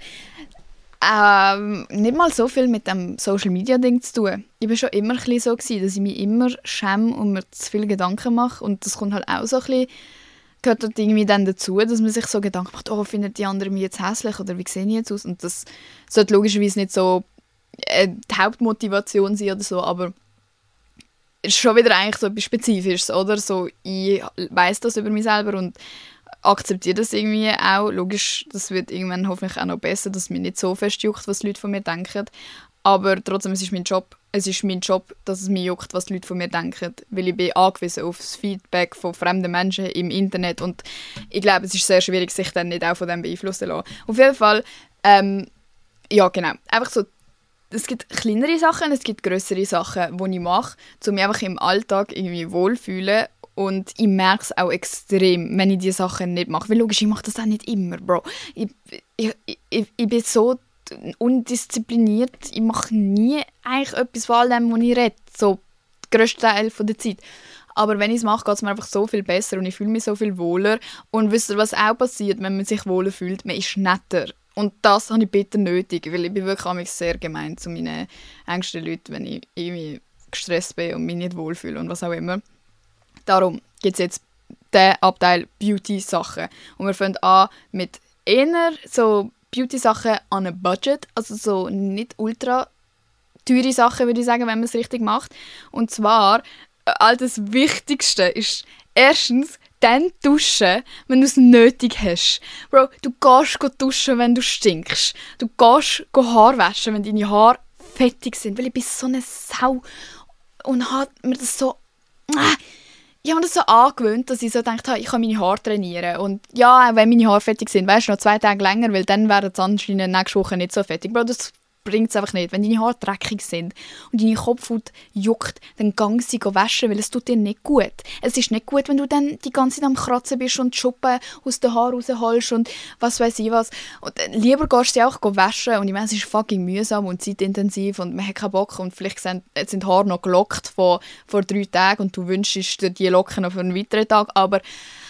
nicht mal so viel mit dem Social-Media-Ding zu tun. Ich war schon immer ein bisschen so gewesen, dass ich mich immer schäme und mir zu viele Gedanken mache. Und das kommt halt auch so ein bisschen, gehört dort irgendwie dann dazu, dass man sich so Gedanken macht, oh, findet die anderen mich jetzt hässlich oder wie sehe ich jetzt aus? Und das sollte logischerweise nicht so die Hauptmotivation sein oder so, aber es ist schon wieder eigentlich so etwas Spezifisches, oder? So, ich weiss das über mich selber und akzeptiere das irgendwie auch. Logisch, das wird irgendwann hoffentlich auch noch besser, dass es mich nicht so fest juckt, was die Leute von mir denken. Aber trotzdem, es ist mein Job. Es ist mein Job, dass es mich juckt, was die Leute von mir denken. Weil ich bin angewiesen auf das Feedback von fremden Menschen im Internet. Und ich glaube, es ist sehr schwierig, sich dann nicht auch von dem beeinflussen zu lassen. Auf jeden Fall, ja genau, einfach so, es gibt kleinere Sachen, es gibt grössere Sachen, die ich mache, um mich einfach im Alltag irgendwie wohlfühlen. Und ich merke es auch extrem, wenn ich diese Sachen nicht mache. Weil logisch, ich mache das auch nicht immer, Bro. Ich bin so undiszipliniert. Ich mache nie eigentlich etwas von all dem, was ich rede. So den grössten Teil der Zeit. Aber wenn ich es mache, geht es mir einfach so viel besser und ich fühle mich so viel wohler. Und wisst ihr, was auch passiert, wenn man sich wohler fühlt? Man ist netter. Und das habe ich bitter nötig, weil ich bin wirklich sehr gemein zu meinen engsten Leuten, wenn ich irgendwie gestresst bin und mich nicht wohlfühle und was auch immer. Darum gibt es jetzt den Abteil Beauty-Sachen. Und wir fangen an mit eher so Beauty-Sachen an einem Budget, also so nicht ultra teure Sachen, würde ich sagen, wenn man es richtig macht. Und zwar, all das Wichtigste ist erstens, dann duschen, wenn du es nötig hast. Bro, du gehst duschen, wenn du stinkst. Du gehst Haar waschen, wenn deine Haare fettig sind. Weil ich bin so eine Sau und hat mir das so... Ich habe das so angewöhnt, dass ich so gedacht habe, ich kann meine Haare trainieren. Und ja, wenn meine Haare fertig sind, weißt du, noch 2 Tage länger, weil dann werden sie anscheinend nächste Woche nicht so fertig. Bro, das bringt es einfach nicht. Wenn deine Haare dreckig sind und deine Kopfhaut juckt, dann gang sie waschen, weil es tut dir nicht gut. Es ist nicht gut, wenn du dann die ganze Zeit am Kratzen bist und die Schuppen aus den Haaren rausholst und was weiß ich was. Und lieber gehst du sie auch waschen und ich meine, es ist fucking mühsam und zeitintensiv und man hat keinen Bock und vielleicht sind die Haare noch gelockt vor 3 Tagen und du wünschst dir die Locken noch für einen weiteren Tag, aber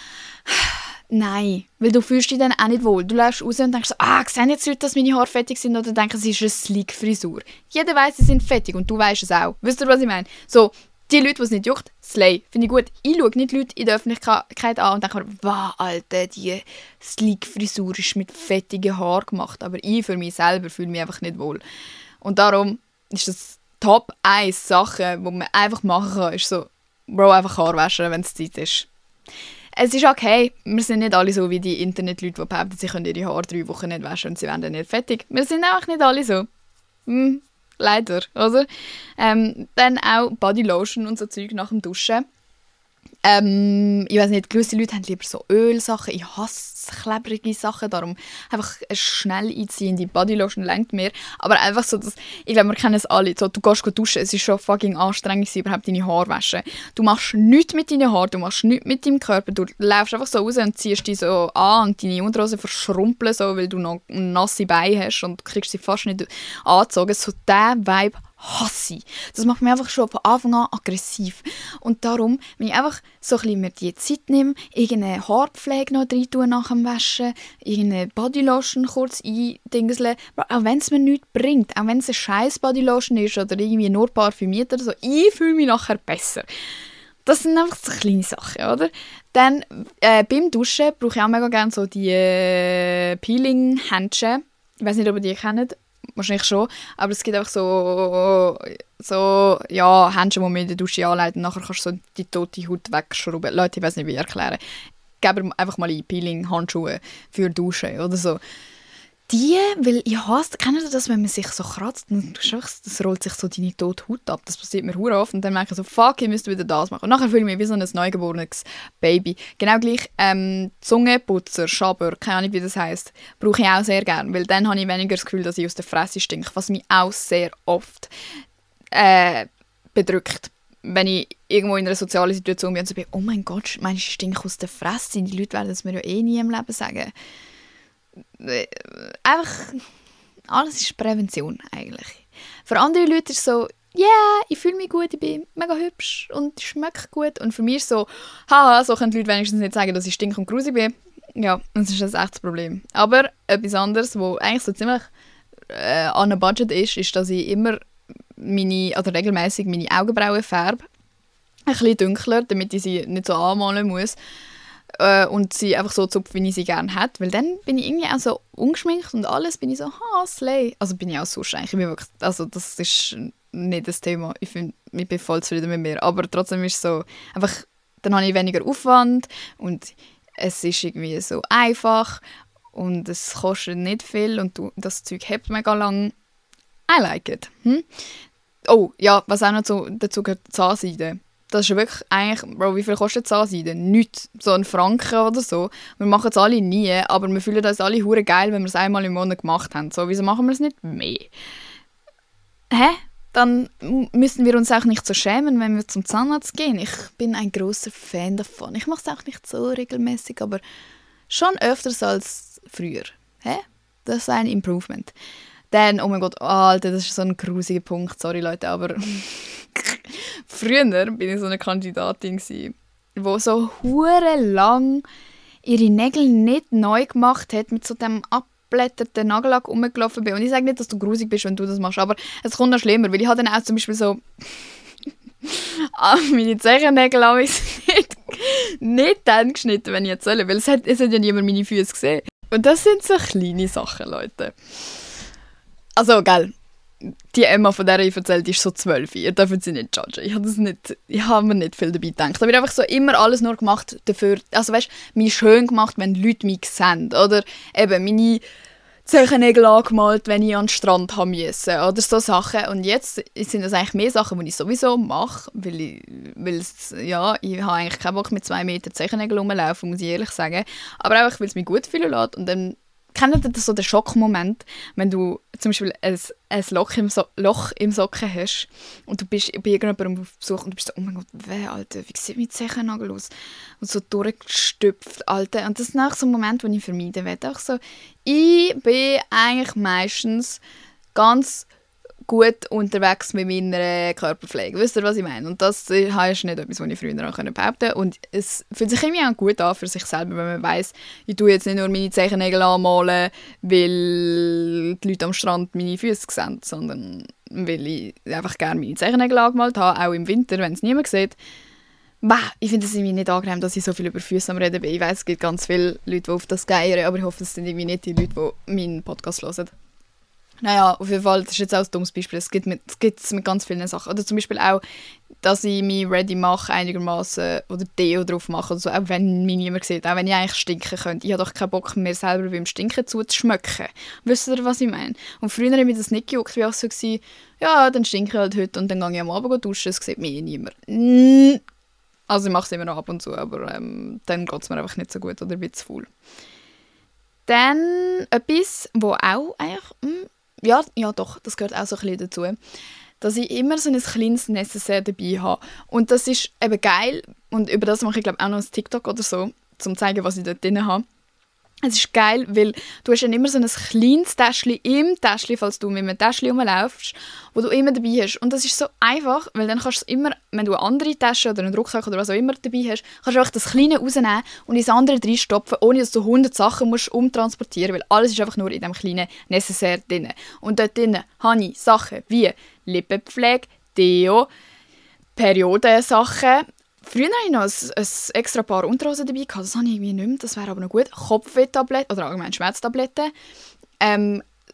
nein, weil du fühlst dich dann auch nicht wohl. Du läufst raus und denkst so, sehen jetzt Leute, dass meine Haare fettig sind oder denken, es ist eine Sleek-Frisur. Jeder weiss, sie sind fettig und du weisst es auch. Wisst ihr, was ich meine? So, die Leute, die es nicht juckt, slay. Finde ich gut. Ich schaue nicht Leute in der Öffentlichkeit an und denke mir, wow, Alter, die Sleek-Frisur ist mit fettigen Haaren gemacht. Aber ich für mich selber fühle mich einfach nicht wohl. Und darum ist das Top 1 Sache, die man einfach machen kann, ist so, Bro, einfach Haare waschen, wenn es Zeit ist. Es ist okay, wir sind nicht alle so wie die Internetleute, die behaupten, sie können ihre Haare 3 Wochen nicht waschen und sie werden dann nicht fertig. Wir sind einfach nicht alle so. Leider, oder? Dann auch Bodylotion und so Zeug nach dem Duschen. Ich weiß nicht, gewisse Leute haben lieber so Ölsachen. Ich hasse klebrige Sachen, darum einfach eine schnell einziehende Bodylotion lenkt mir. Aber einfach so, dass, ich glaube, wir kennen es alle. So, du gehst duschen, es ist schon fucking anstrengend, überhaupt deine Haare waschen. Du machst nichts mit deinen Haaren, du machst nichts mit deinem Körper. Du läufst einfach so raus und ziehst dich so an und deine Unterhose verschrumpeln, so, weil du noch nasse Beine hast und kriegst sie fast nicht angezogen. So der Vibe hasse ich. Das macht mich einfach schon von Anfang an aggressiv. Und darum, wenn ich einfach so ein bisschen mir die Zeit nehme, irgendeine Haarpflege noch rein tue nach dem Waschen, irgendeine Bodylotion kurz eindingseln, auch wenn es mir nichts bringt, auch wenn es eine scheiß Bodylotion ist oder irgendwie nur parfümiert oder so, ich fühle mich nachher besser. Das sind einfach so kleine Sachen, oder? Dann beim Duschen brauche ich auch mega gerne so die Peeling-Händchen. Ich weiß nicht, ob ihr die kennt. Wahrscheinlich schon, aber es gibt einfach so Händchen, die man in der Dusche anlegt und nachher kannst du so die tote Haut wegschrauben. Leute, ich weiß nicht, wie ich erklären. Gebt einfach mal ein Peeling-Handschuhe für Duschen oder so. Weil ich hasse, kennt ihr das, wenn man sich so kratzt und das rollt sich so deine tote Haut ab. Das passiert mir verdammt oft und dann merke ich so, fuck, ich müsste wieder das machen. Und nachher fühle ich mich wie so ein neugeborenes Baby. Genau gleich Zungenputzer, Schaber, keine Ahnung, wie das heisst, brauche ich auch sehr gerne, weil dann habe ich weniger das Gefühl, dass ich aus der Fresse stinke, was mich auch sehr oft bedrückt. Wenn ich irgendwo in einer sozialen Situation bin und so bin, oh mein Gott, meinst du, ich stinke aus der Fresse? Die Leute werden es mir ja eh nie im Leben sagen. Einfach, alles ist Prävention eigentlich. Für andere Leute ist es so, ich fühle mich gut, ich bin mega hübsch und ich schmecke gut. Und für mich ist es so, haha, so können die Leute wenigstens nicht sagen, dass ich stink und grusig bin. Ja, das ist ein echtes Problem. Aber etwas anderes, was eigentlich so ziemlich an einem Budget ist, dass ich immer regelmäßig meine Augenbrauen färbe. Ein bisschen dunkler, damit ich sie nicht so anmalen muss. Und sie einfach so zupfe, wie ich sie gerne hätte. Weil dann bin ich irgendwie auch so ungeschminkt und alles bin ich so, slay. Also bin ich auch sonst eigentlich. Ich bin wirklich, also das ist nicht das Thema. Ich bin voll zufrieden mit mir. Aber trotzdem ist es so, einfach, dann habe ich weniger Aufwand und es ist irgendwie so einfach und es kostet nicht viel und das Zeug hält mega lang. I like it. Oh, ja, was auch noch dazu gehört, Zahnseide. Das ist wirklich eigentlich, Bro, wie viel kostet Zahnseide? Nichts. So ein Franken oder so. Wir machen es alle nie, aber wir fühlen uns alle hure geil, wenn wir es einmal im Monat gemacht haben. So, wieso machen wir es nicht mehr? Dann müssen wir uns auch nicht so schämen, wenn wir zum Zahnarzt gehen. Ich bin ein großer Fan davon. Ich mache es auch nicht so regelmäßig, aber schon öfters als früher. Das ist ein Improvement. Dann, oh mein Gott, Alter, das ist so ein grusiger Punkt, sorry Leute, aber früher bin ich so eine Kandidatin die so hure lang ihre Nägel nicht neu gemacht hat, mit so dem abblätterten Nagellack rumgelaufen bin. Und ich sage nicht, dass du grusig bist, wenn du das machst, aber es kommt noch schlimmer, weil ich habe dann auch zum Beispiel so meine Zehennägel habe ich nicht dann geschnitten, wenn ich jetzt soll, weil es hat ja niemand meine Füße gesehen. Und das sind so kleine Sachen, Leute. Also, gell, die Emma, von der ich erzählt, ist so 12. Ihr dürft sie nicht judgen. Ich habe mir nicht viel dabei gedacht. Da wird einfach so immer alles nur gemacht dafür, also weißt, mich schön gemacht, wenn Leute mich sehen. Oder eben meine Zehennägel angemalt, wenn ich an den Strand haben musste. Oder so Sachen. Und jetzt sind das eigentlich mehr Sachen, die ich sowieso mache, ich habe eigentlich keinen Bock mit 2 Meter Zehennägel rumlaufen, muss ich ehrlich sagen. Aber einfach, weil es mich gut fühlen lässt. Und dann kennt ihr so den Schockmoment, wenn du zum Beispiel ein Loch im Socken hast und du bist bei irgendjemandem auf Besuch und du bist so, oh mein Gott, Alter, wie sieht mein Zehennagel aus? Und so durchgestüpft, Alter. Und das ist nach so ein Moment, den ich vermeiden will. Auch so, ich bin eigentlich meistens ganz gut unterwegs mit meiner Körperpflege. Wisst ihr, was ich meine? Und das ist nicht etwas, was ich früher behaupten konnte. Und es fühlt sich irgendwie auch gut an für sich selber, wenn man weiss, ich tue jetzt nicht nur meine Zehennägel anmalen, weil die Leute am Strand meine Füße sehen, sondern weil ich einfach gerne meine Zehennägel angemalt habe, auch im Winter, wenn es niemand sieht. Ich finde es irgendwie nicht angenehm, dass ich so viel über Füße am Reden bin. Ich weiss, es gibt ganz viele Leute, die auf das geiern, aber ich hoffe, es sind irgendwie nicht die Leute, die meinen Podcast hören. Naja, auf jeden Fall, das ist jetzt auch ein dummes Beispiel. Es gibt es mit ganz vielen Sachen. Oder zum Beispiel auch, dass ich mich ready mache, einigermaßen oder Deo drauf mache. Oder so, auch wenn mich niemand sieht. Auch wenn ich eigentlich stinken könnte. Ich habe doch keinen Bock mehr selber beim Stinken zuzuschmecken. Wisst ihr, was ich meine? Und früher habe ich das nicht gejuckt. Wie auch so war, ja, dann stinke ich halt heute und dann gehe ich am Abend duschen. Es sieht mich niemand. Also ich mache es immer noch ab und zu, aber dann geht es mir einfach nicht so gut oder bin zu faul. Dann etwas, wo auch eigentlich... Ja, doch, das gehört auch so ein bisschen dazu, dass ich immer so ein kleines Necessaire dabei habe. Und das ist eben geil und über das mache ich glaube auch noch ein TikTok oder so, um zu zeigen, was ich dort drin habe. Es ist geil, weil du hast dann immer so ein kleines Täschchen im Täschchen, falls du mit einem Täschchen rumlaufst, wo du immer dabei hast. Und das ist so einfach, weil dann kannst du immer, wenn du eine andere Tasche oder einen Rucksack oder was auch immer dabei hast, kannst du einfach das Kleine rausnehmen und ins andere reinstopfen, ohne dass du 100 Sachen musst umtransportieren musst, weil alles ist einfach nur in diesem kleinen Necessaire drin. Und dort drin habe ich Sachen wie Lippenpflege, Deo, Periodensachen. Früher hatte ich noch ein extra Paar Unterhosen dabei, das habe ich irgendwie nicht mehr, das wäre aber noch gut. Kopfwehtabletten oder allgemein Schmerztabletten.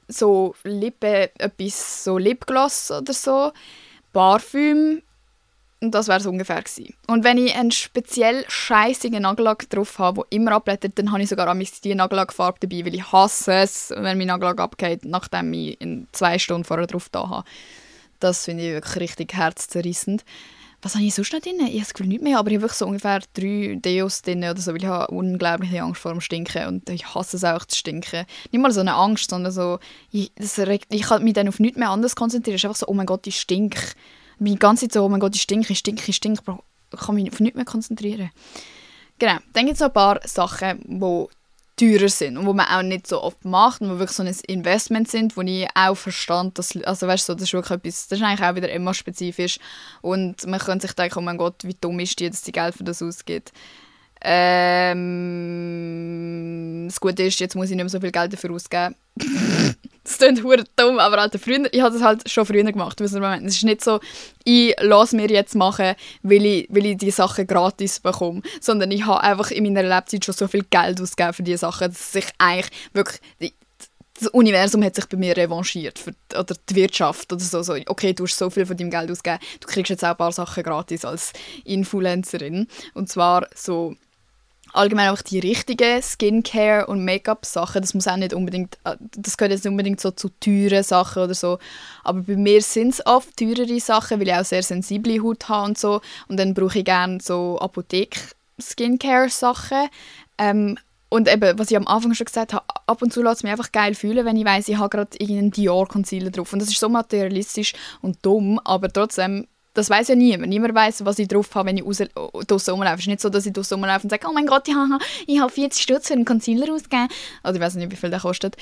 So Lipgloss oder so. Parfüm. Und das wäre es ungefähr gewesen. Und wenn ich einen speziell scheissigen Nagellack drauf habe, der immer abblättert, dann habe ich sogar die Nagellackfarbe dabei, weil ich hasse es, wenn mein Nagellack abgeht, nachdem ich in 2 Stunden vorher drauf da habe. Das finde ich wirklich richtig herzzerrissend. Was habe ich sonst noch drin? Ich habe das Gefühl, nicht mehr, aber ich habe wirklich so ungefähr 3 Deos drin oder so, weil ich habe unglaubliche Angst vor dem Stinken und ich hasse es auch zu stinken. Nicht mal so eine Angst, sondern so, ich kann mich dann auf nichts mehr anderes konzentrieren. Es ist einfach so, oh mein Gott, ich stinke. Ich bin die ganze Zeit so, oh mein Gott, ich stinke. Ich kann mich auf nichts mehr konzentrieren. Genau, dann gibt es noch ein paar Sachen, die teurer sind und wo man auch nicht so oft macht und wo wirklich so ein Investment sind, wo ich auch verstand, dass, also weißt du, das ist wirklich etwas, das ist eigentlich auch wieder immer spezifisch und man könnte sich denken, oh mein Gott, wie dumm ist die, dass die Geld für das ausgibt. Das Gute ist, jetzt muss ich nicht mehr so viel Geld dafür ausgeben. Das klingt verdammt dumm, aber Alter, früher, ich habe das halt schon früher gemacht. Es ist nicht so, ich lasse mir jetzt machen, weil ich die Sachen gratis bekomme, sondern ich habe einfach in meiner Lebzeit schon so viel Geld ausgegeben für diese Sachen, dass sich eigentlich wirklich das Universum hat sich bei mir revanchiert oder die Wirtschaft oder so. Okay, du hast so viel von deinem Geld ausgegeben, du kriegst jetzt auch ein paar Sachen gratis als Influencerin. Und zwar so allgemein auch die richtigen Skincare- und Make-up-Sachen. Das muss auch nicht unbedingt, das gehört jetzt nicht unbedingt so zu teuren Sachen oder so. Aber bei mir sind es oft teurere Sachen, weil ich auch sehr sensible Haut habe und so. Und dann brauche ich gerne so Apothek-Skincare-Sachen. Und eben, was ich am Anfang schon gesagt habe, ab und zu lässt es mich einfach geil fühlen, wenn ich weiss, ich habe gerade irgendeinen Dior-Concealer drauf. Und das ist so materialistisch und dumm, aber trotzdem, das weiss ja niemand. Niemand weiss, was ich drauf habe, wenn ich draussen rumlaufe. Es ist nicht so, dass ich draussen rumlaufe und sage, oh mein Gott, ich habe 40 Stutz für einen Concealer ausgegeben. Oder ich weiss nicht, wie viel der kostet.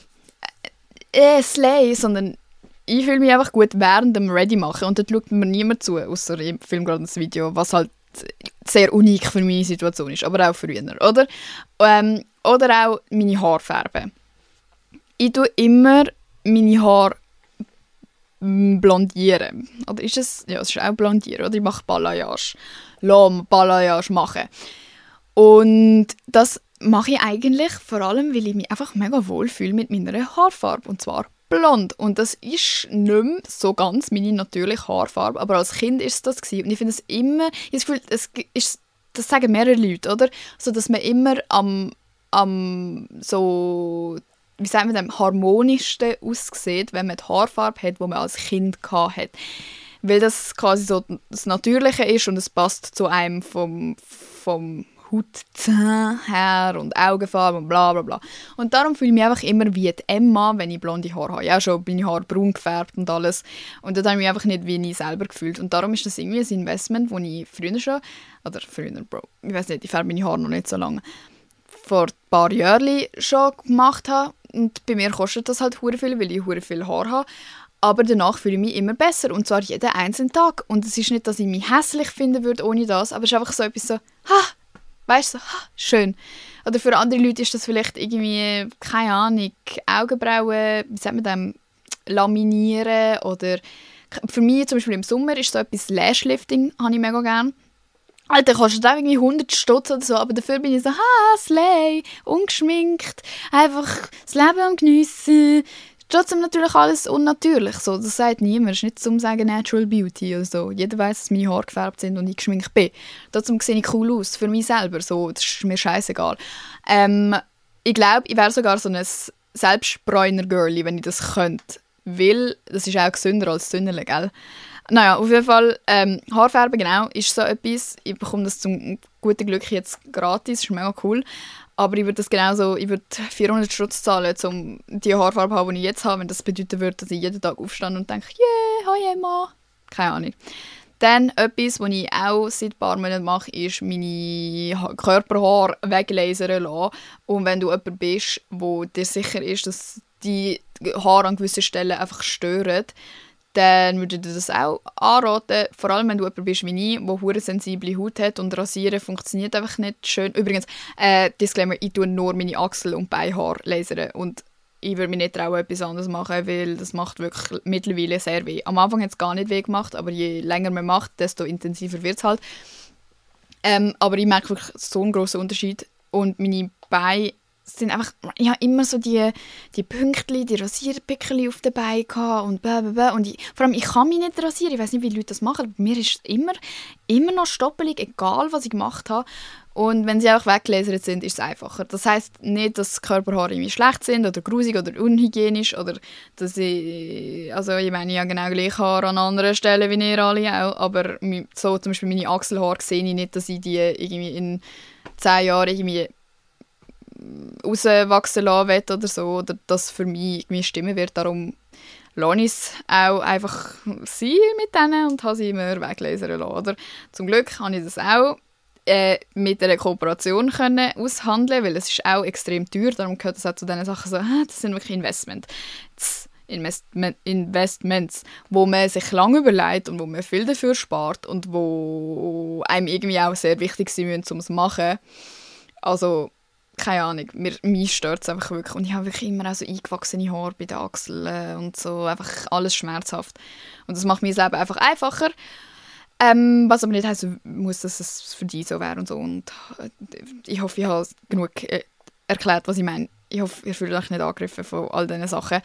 Slay, sondern ich fühle mich einfach gut während dem Ready machen und dort schaut mir niemand zu, außer ich filme gerade ein Video, was halt sehr unik für meine Situation ist, aber auch früher, oder? Oder auch meine Haarfarbe. Ich tue immer meine Haare blondieren. Oder ist es? Ja, es ist auch blondieren. Oder ich mache Balayage. Balayage machen. Und das mache ich eigentlich vor allem, weil ich mich einfach mega wohl fühle mit meiner Haarfarbe. Und zwar blond. Und das ist nicht mehr so ganz meine natürliche Haarfarbe. Aber als Kind war es das gewesen. Und ich finde es immer, ich habe das Gefühl, das sagen mehrere Leute, oder? So, dass man immer am so, wie sagt man dem, harmonischsten aussieht, wenn man die Haarfarbe hat, die man als Kind hatte. Weil das quasi so das Natürliche ist und es passt zu einem vom Hautzahn her und Augenfarbe und bla bla bla. Und darum fühle ich mich einfach immer wie die Emma, wenn ich blonde Haare habe. Ich habe schon meine Haare braun gefärbt und alles. Und dort habe ich mich einfach nicht wie ich selber gefühlt. Und darum ist das irgendwie ein Investment, das ich ich weiß nicht, ich färbe meine Haare noch nicht so lange, vor ein paar Jahren schon gemacht habe. Und bei mir kostet das halt hure viel, weil ich hure viel Haar habe. Aber danach fühle ich mich immer besser. Und zwar jeden einzelnen Tag. Und es ist nicht, dass ich mich hässlich finden würde ohne das, aber es ist einfach so etwas so, weißt du, so, schön. Oder für andere Leute ist das vielleicht irgendwie, keine Ahnung, Augenbrauen, wie sagt man dem, laminieren oder für mich zum Beispiel im Sommer ist so etwas Lashlifting, habe ich mega gerne. Alter, kostet auch irgendwie 100 Stutz oder so, aber dafür bin ich so, slay, ungeschminkt, einfach das Leben am Geniessen. Trotzdem natürlich alles unnatürlich, so, das sagt niemand. Es ist nicht zum sagen Natural Beauty oder so. Jeder weiss, dass meine Haare gefärbt sind und ich geschminkt bin. Trotzdem sehe ich cool aus, für mich selber, so, das ist mir scheißegal. Ich glaube, ich wäre sogar so ein Selbstbräuner-Girlie, wenn ich das könnte. Weil, das ist auch gesünder als Sünderle, gell? Naja, auf jeden Fall, Haarfarbe, genau, ist so etwas. Ich bekomme das zum guten Glück jetzt gratis, das ist mega cool. Aber ich würde 400 Stutz zahlen, um die Haarfarbe zu haben, die ich jetzt habe, wenn das bedeuten würde, dass ich jeden Tag aufstehe und denke, yeah, hi Emma. Keine Ahnung. Dann etwas, was ich auch seit ein paar Monaten mache, ist meine Körperhaare weglasern lassen. Und wenn du jemand bist, wo dir sicher ist, dass die Haare an gewissen Stellen einfach stören, dann würde ich dir das auch anraten. Vor allem, wenn du jemand bist wie ich, der hure sensible Haut hat und Rasieren funktioniert einfach nicht schön. Übrigens, Disclaimer, ich tue nur meine Achsel- und Beinhaare lasern und ich würde mich nicht trauen, etwas anderes machen, weil das macht wirklich mittlerweile sehr weh. Am Anfang hat es gar nicht weh gemacht, aber je länger man macht, desto intensiver wird es halt. Aber ich merke wirklich so einen grossen Unterschied und meine Beine sind einfach, ich habe immer so die Pünktchen, die Rasierpickel auf den Beinen gehabt und blablabla. Und vor allem, ich kann mich nicht rasieren. Ich weiß nicht, wie die Leute das machen, aber bei mir ist es immer noch stoppelig, egal was ich gemacht habe. Und wenn sie auch weggelasert sind, ist es einfacher. Das heisst nicht, dass Körperhaare irgendwie schlecht sind oder grusig oder unhygienisch oder dass ich meine ja genau gleich Haare an anderen Stellen wie ihr alle auch, aber so zum Beispiel meine Achselhaare sehe ich nicht, dass ich die irgendwie in 10 Jahren irgendwie rauswachsen lassen will oder so, oder dass für mich irgendwie stimmen wird. Darum lasse ich es auch einfach sein mit denen und habe sie immer weglasern lassen. Oder? Zum Glück habe ich das auch mit einer Kooperation können aushandeln, weil es ist auch extrem teuer, darum gehört es auch zu diesen Sachen so, das sind wirklich Investments, wo man sich lange überlegt und wo man viel dafür spart und wo einem irgendwie auch sehr wichtig sind müssen, um es zu machen. Also, keine Ahnung, mich stört es einfach wirklich und ich habe wirklich immer auch so eingewachsene Haare bei den Achseln und so, einfach alles schmerzhaft. Und das macht mein Leben einfach einfacher. Was aber nicht heißen muss, dass es für dich so wäre und so. Und ich hoffe, ich habe genug erklärt, was ich meine. Ich hoffe, ihr fühlt euch nicht angegriffen von all diesen Sachen.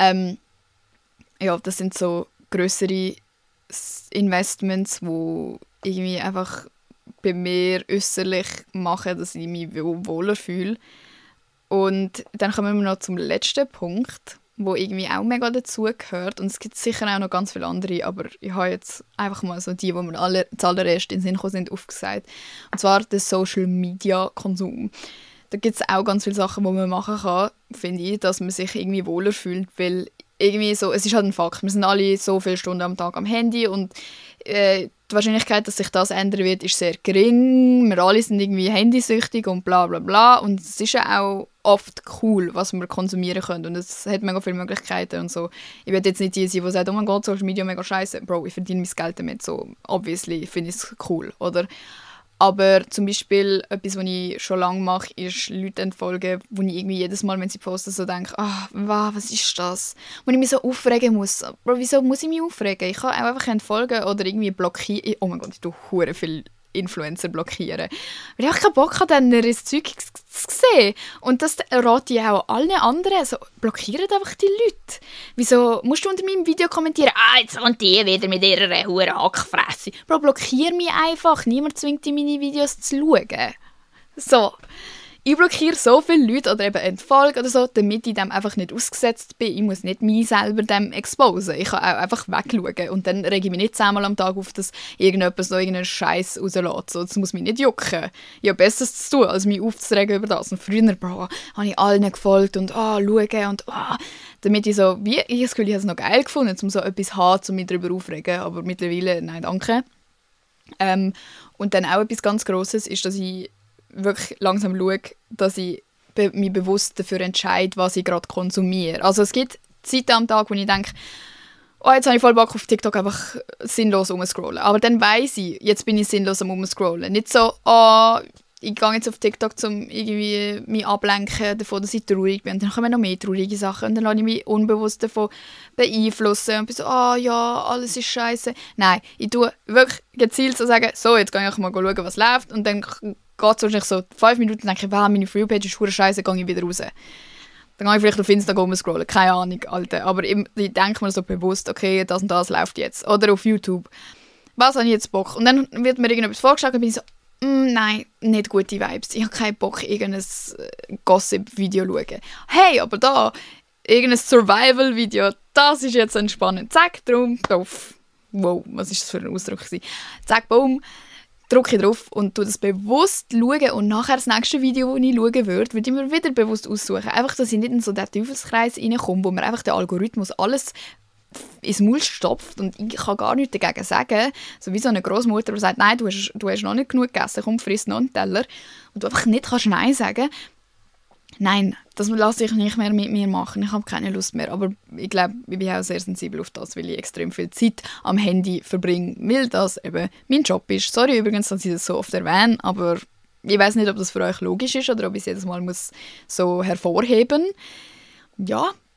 Ja, das sind so grössere Investments, die irgendwie einfach bei mir äußerlich machen, dass ich mich wohler fühle. Und dann kommen wir noch zum letzten Punkt, wo irgendwie auch mega dazugehört. Und es gibt sicher auch noch ganz viele andere, aber ich habe jetzt einfach mal so die mir zuallererst in den Sinn gekommen sind, aufgesagt. Und zwar der Social-Media-Konsum. Da gibt es auch ganz viele Sachen, die man machen kann, finde ich, dass man sich irgendwie wohler fühlt, weil irgendwie so, es ist halt ein Fakt, wir sind alle so viele Stunden am Tag am Handy und die Wahrscheinlichkeit, dass sich das ändern wird, ist sehr gering. Wir alle sind irgendwie handysüchtig und bla bla bla. Und es ist ja auch oft cool, was wir konsumieren können. Und es hat mega viele Möglichkeiten und so. Ich will jetzt nicht die sein, die sagt, oh mein Gott, Social Media mega scheiße. Bro, ich verdiene mein Geld damit. So, obviously finde ich es cool, oder? Aber zum Beispiel etwas, was ich schon lange mache, ist Leute entfolgen, wo ich irgendwie jedes Mal, wenn sie posten, so denke, was ist das? Wo ich mich so aufregen muss. Bro, wieso muss ich mich aufregen? Ich kann auch einfach entfolgen oder irgendwie blockieren. Oh mein Gott, ich tue hure viel Influencer blockieren. Weil ich auch keinen Bock habe, dann ihr Zeug zu sehen. Und das rate ich auch allen anderen. Also, blockiert einfach die Leute. Wieso musst du unter meinem Video kommentieren, jetzt kommt die wieder mit ihrer huren Hackfresse. Bro, blockier mich einfach. Niemand zwingt dich, meine Videos zu schauen. So. Ich blockiere so viele Leute oder eben entfolge oder so, damit ich dem einfach nicht ausgesetzt bin. Ich muss nicht mich selber dem exposen. Ich kann auch einfach wegschauen. Und dann rege ich mich nicht 10-mal am Tag auf, dass irgendjemand so irgendeinen Scheiß rauslässt. So, das muss mich nicht jucken. Ich habe Besseres zu tun, als mich aufzuregen über das. Und früher, Bro, habe ich allen gefolgt und schauen und damit ich so, ich habe das Gefühl, ich habe es noch geil gefunden, um so etwas zu haben, um mich darüber aufzuregen. Aber mittlerweile, nein, danke. Und dann auch etwas ganz Grosses ist, dass ich wirklich langsam schaue, dass ich mich bewusst dafür entscheide, was ich gerade konsumiere. Also es gibt Zeiten am Tag, wo ich denke, jetzt habe ich voll Bock auf TikTok einfach sinnlos rumscrollen. Aber dann weiss ich, jetzt bin ich sinnlos am rumscrollen. Nicht so, ich gehe jetzt auf TikTok, um irgendwie mich ablenken davon, dass ich traurig bin. Und dann kommen noch mehr traurige Sachen. Und dann lasse ich mich unbewusst davon beeinflussen. Und bin so, ja, alles ist scheiße. Nein, ich tue wirklich gezielt so sagen, so, jetzt gehe ich mal schauen, was läuft. Und dann geht es wahrscheinlich so 5 Minuten und denke ich, meine Freepage ist verdammt scheiße, gehe ich wieder raus. Dann gehe ich vielleicht auf Instagram scrollen, keine Ahnung, Alter. Aber ich denke mir so bewusst, okay, das und das läuft jetzt. Oder auf YouTube. Was habe ich jetzt Bock? Und dann wird mir irgendetwas vorgeschlagen und bin ich so, nein, nicht gute Vibes. Ich habe keinen Bock, irgendein Gossip-Video zu schauen. Hey, aber da, irgendein Survival-Video, das ist jetzt entspannend. Zack, drum, drauf. Wow, was ist das für ein Ausdruck? Zack, boom, drücke ich drauf und tue das bewusst schauen. Und nachher das nächste Video, das ich schauen würde ich mir wieder bewusst aussuchen. Einfach, dass ich nicht in so den Teufelskreis reinkomme, wo mir einfach der Algorithmus alles ins Maul stopft und ich kann gar nichts dagegen sagen. So wie so eine Großmutter, die sagt, nein, du hast noch nicht genug gegessen, komm, friss noch einen Teller. Und du einfach nicht kannst Nein sagen. Nein, das lasse ich nicht mehr mit mir machen. Ich habe keine Lust mehr. Aber ich glaube, ich bin auch sehr sensibel auf das, weil ich extrem viel Zeit am Handy verbringe, weil das eben mein Job ist. Sorry übrigens, dass ich das so oft erwähne, aber ich weiß nicht, ob das für euch logisch ist oder ob ich es jedes Mal muss so hervorheben muss. Ja,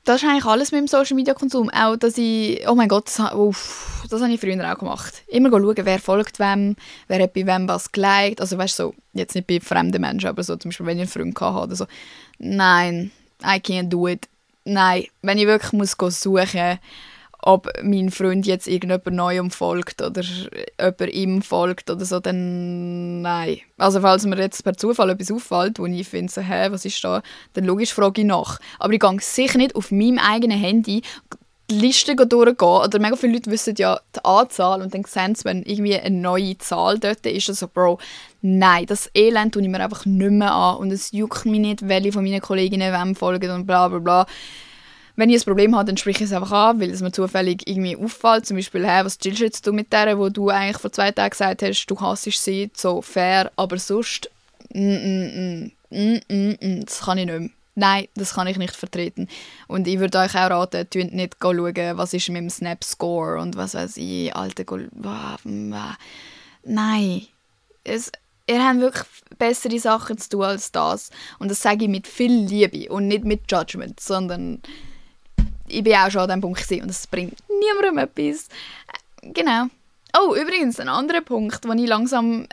Das ist eigentlich alles mit dem Social-Media-Konsum. Auch, dass ich, oh mein Gott, das habe ich früher auch gemacht. Immer schauen, wer folgt wem, wer hat bei wem was geliked. Also weißt du, so, jetzt nicht bei fremden Menschen, aber so zum Beispiel, wenn ich einen Freund hatte oder so. Nein, I can't do it. Nein, wenn ich wirklich muss suchen, ob mein Freund jetzt irgendjemand Neuem folgt oder jemand ihm folgt oder so, dann nein. Also falls mir jetzt per Zufall etwas auffällt, wo ich finde, so, was ist da, dann logisch frage ich nach. Aber ich gehe sicher nicht auf meinem eigenen Handy die Liste durchgehen. Oder mega viele Leute wissen ja die Anzahl und dann sehen sie, wenn irgendwie eine neue Zahl dort ist, also Bro, nein, das Elend tue ich mir einfach nicht mehr an und es juckt mich nicht, welche von meinen Kolleginnen wem folgen und bla bla bla. Wenn ich ein Problem habe, dann spreche ich es einfach an, weil es mir zufällig irgendwie auffällt. Zum Beispiel, was chillst du jetzt mit der, wo du eigentlich vor 2 Tagen gesagt hast, du hasst sie, so fair, aber sonst, das kann ich nicht mehr. Nein, das kann ich nicht vertreten. Und ich würde euch auch raten, nicht schauen, was ist mit dem Snap-Score und was weiß ich, Alter, nein. Ihr habt wirklich bessere Sachen zu tun als das. Und das sage ich mit viel Liebe und nicht mit Judgment, sondern ich bin auch schon an diesem Punkt gewesen und es bringt niemandem etwas. Genau. Oh, übrigens, ein anderer Punkt, den ich langsam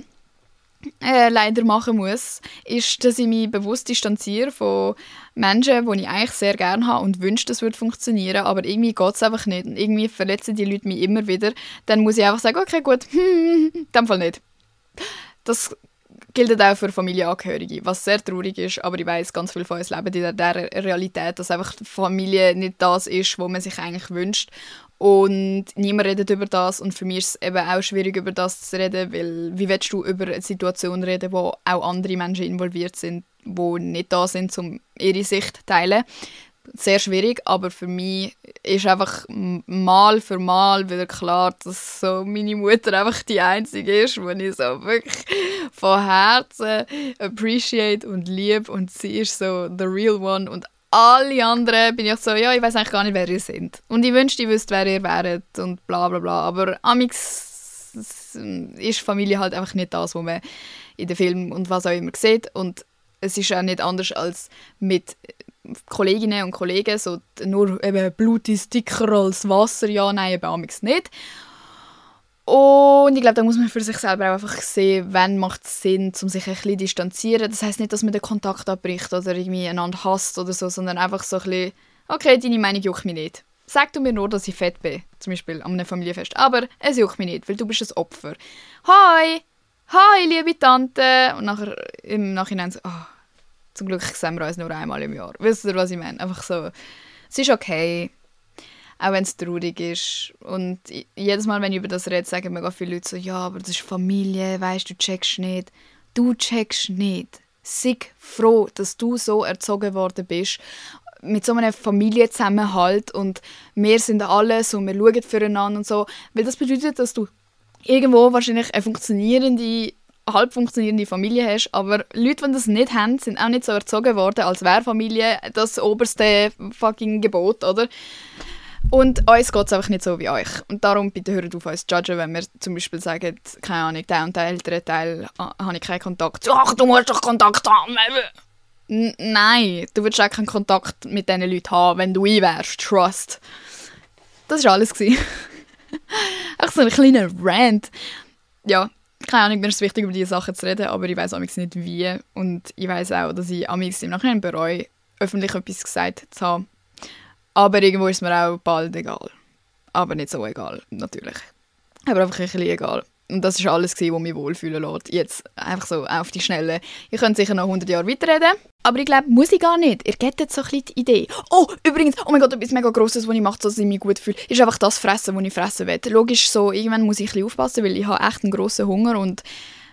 leider machen muss, ist, dass ich mich bewusst distanziere von Menschen, die ich eigentlich sehr gerne habe und wünsche, das würde funktionieren, aber irgendwie geht es einfach nicht und irgendwie verletzen die Leute mich immer wieder. Dann muss ich einfach sagen, okay, gut, in dem Fall nicht. Das gilt auch für Familienangehörige, was sehr traurig ist, aber ich weiss, ganz viele von uns leben in der Realität, dass einfach die Familie nicht das ist, was man sich eigentlich wünscht. Und niemand redet über das und für mich ist es eben auch schwierig, über das zu reden, weil wie willst du über eine Situation reden, wo auch andere Menschen involviert sind, die nicht da sind, um ihre Sicht zu teilen. Sehr schwierig, aber für mich ist einfach Mal für Mal wieder klar, dass so meine Mutter einfach die Einzige ist, die ich so wirklich von Herzen appreciate und liebe und sie ist so the real one und alle anderen bin ich so, ja, ich weiß eigentlich gar nicht, wer ihr seid. Und ich wünschte, ich wüsste, wer ihr wäret und bla bla bla. Aber amix ist Familie halt einfach nicht das, was man in den Filmen und was auch immer sieht. Und es ist auch nicht anders als mit Kolleginnen und Kollegen, so nur eben Blut ist dicker als Wasser, ja, nein, eben amix nicht. Und ich glaube, da muss man für sich selber auch einfach sehen, wann macht es Sinn, um sich ein bisschen distanzieren. Das heisst nicht, dass man den Kontakt abbricht oder irgendwie einander hasst oder so, sondern einfach so ein bisschen, okay, deine Meinung juckt mich nicht. Sag du mir nur, dass ich fett bin, zum Beispiel an einem Familienfest. Aber es juckt mich nicht, weil du bist ein Opfer. Hi, liebe Tante. Und nachher im Nachhinein so, zum Glück sehen wir uns nur einmal im Jahr. Wisst ihr, was ich meine? Einfach so, es ist okay. Auch wenn es traurig ist. Und jedes Mal, wenn ich über das rede, sagen mir viele Leute so, ja, aber das ist Familie, weißt du, checkst nicht. Du checkst nicht. Sei froh, dass du so erzogen worden bist. Mit so einem Familienzusammenhalt und wir sind alle so, wir schauen füreinander und so. Weil das bedeutet, dass du irgendwo wahrscheinlich eine halb funktionierende Familie hast, aber Leute, die das nicht haben, sind auch nicht so erzogen worden, als wäre Familie das oberste fucking Gebot, oder? Und uns geht es einfach nicht so wie euch. Und darum bitte hört auf uns zu judgen, wenn wir zum Beispiel sagen, keine Ahnung, der und der ältere Teil habe ich keinen Kontakt. Ach, du musst doch Kontakt haben. Nein, du würdest auch keinen Kontakt mit diesen Leuten haben, wenn du wärst. Trust. Das war alles. Auch so ein kleiner Rant. Ja, keine Ahnung, mir ist es wichtig, über diese Sachen zu reden, aber ich weiss amigs nicht wie. Und ich weiss auch, dass ich amigs im Nachhinein bereue, öffentlich etwas gesagt zu haben. Aber irgendwo ist mir auch bald egal. Aber nicht so egal, natürlich. Aber einfach ein bisschen egal. Und das war alles, was mich wohlfühlen lässt. Jetzt einfach so auf die Schnelle. Ich könnte sicher noch 100 Jahre weiterreden. Aber ich glaube, muss ich gar nicht. Ihr gebt jetzt so ein bisschen die Idee. Oh, übrigens, oh mein Gott, etwas mega Grosses, was ich mache, dass ich mich gut fühle, ist einfach das Fressen, was ich fressen will. Logisch so, irgendwann muss ich ein bisschen aufpassen, weil ich habe echt einen grossen Hunger und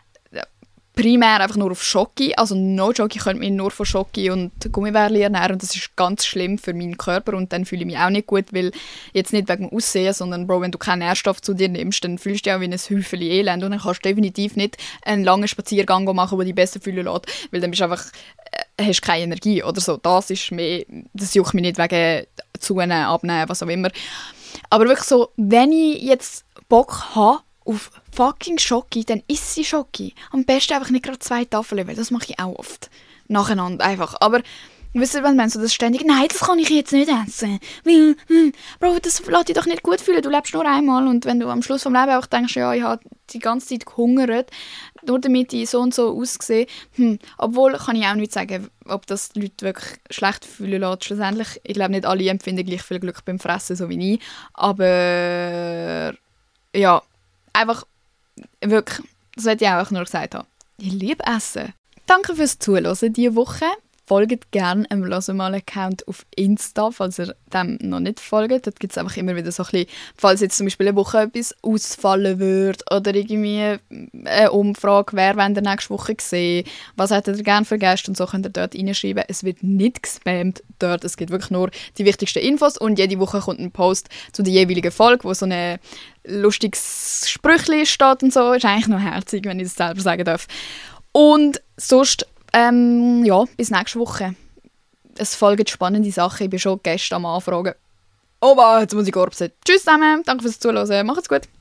primär einfach nur auf Schoki. Also no joke, ich könnte mich nur von Schoki und Gummibärli ernähren und das ist ganz schlimm für meinen Körper und dann fühle ich mich auch nicht gut, weil jetzt nicht wegen dem Aussehen, sondern Bro, wenn du keinen Nährstoff zu dir nimmst, dann fühlst du dich auch wie ein Häufchen Elend und dann kannst du definitiv nicht einen langen Spaziergang machen, der dich besser fühlen lässt, weil dann bist du einfach, hast keine Energie oder so. Das ist mehr, das juckt mich nicht wegen Zunehmen, Abnehmen, was auch immer. Aber wirklich so, wenn ich jetzt Bock habe auf fucking Schoki, dann isst sie Schoki. Am besten einfach nicht gerade 2 Tafeln, weil das mache ich auch oft. Nacheinander einfach. Aber Wisst ihr, was ich meine? So das ständig, nein, das kann ich jetzt nicht essen. Weil, Bro, das lässt dich doch nicht gut fühlen. Du lebst nur einmal und wenn du am Schluss vom Leben auch denkst, ja, ich habe die ganze Zeit gehungert, nur damit ich so und so aussehe. Obwohl kann ich auch nicht sagen, ob das die Leute wirklich schlecht fühlen lässt. Schlussendlich, ich glaube, nicht alle empfinden gleich viel Glück beim Fressen, so wie ich. Aber ja, einfach wirklich, das wollte ich auch nur gesagt haben. Ich liebe Essen. Danke fürs Zuhören diese Woche. Folgt gerne dem «Losemal»-Account auf Insta, falls ihr dem noch nicht folgt. Dort gibt es einfach immer wieder so ein bisschen, falls jetzt zum Beispiel eine Woche etwas ausfallen würde oder irgendwie eine Umfrage, wer wollt ihr nächste Woche sehen, was hättet ihr gerne für Gäste und so könnt ihr dort reinschreiben. Es wird nicht gespammt dort, es gibt wirklich nur die wichtigsten Infos und jede Woche kommt ein Post zu der jeweiligen Folge, wo so ein lustiges Sprüchli steht und so. Ist eigentlich noch herzig, wenn ich das selber sagen darf. Und sonst ja, bis nächste Woche. Es folgen spannende Sachen. Ich bin schon gestern am Anfragen. Oh, jetzt muss ich gorpsen. Tschüss zusammen. Danke fürs Zuhören. Macht's gut.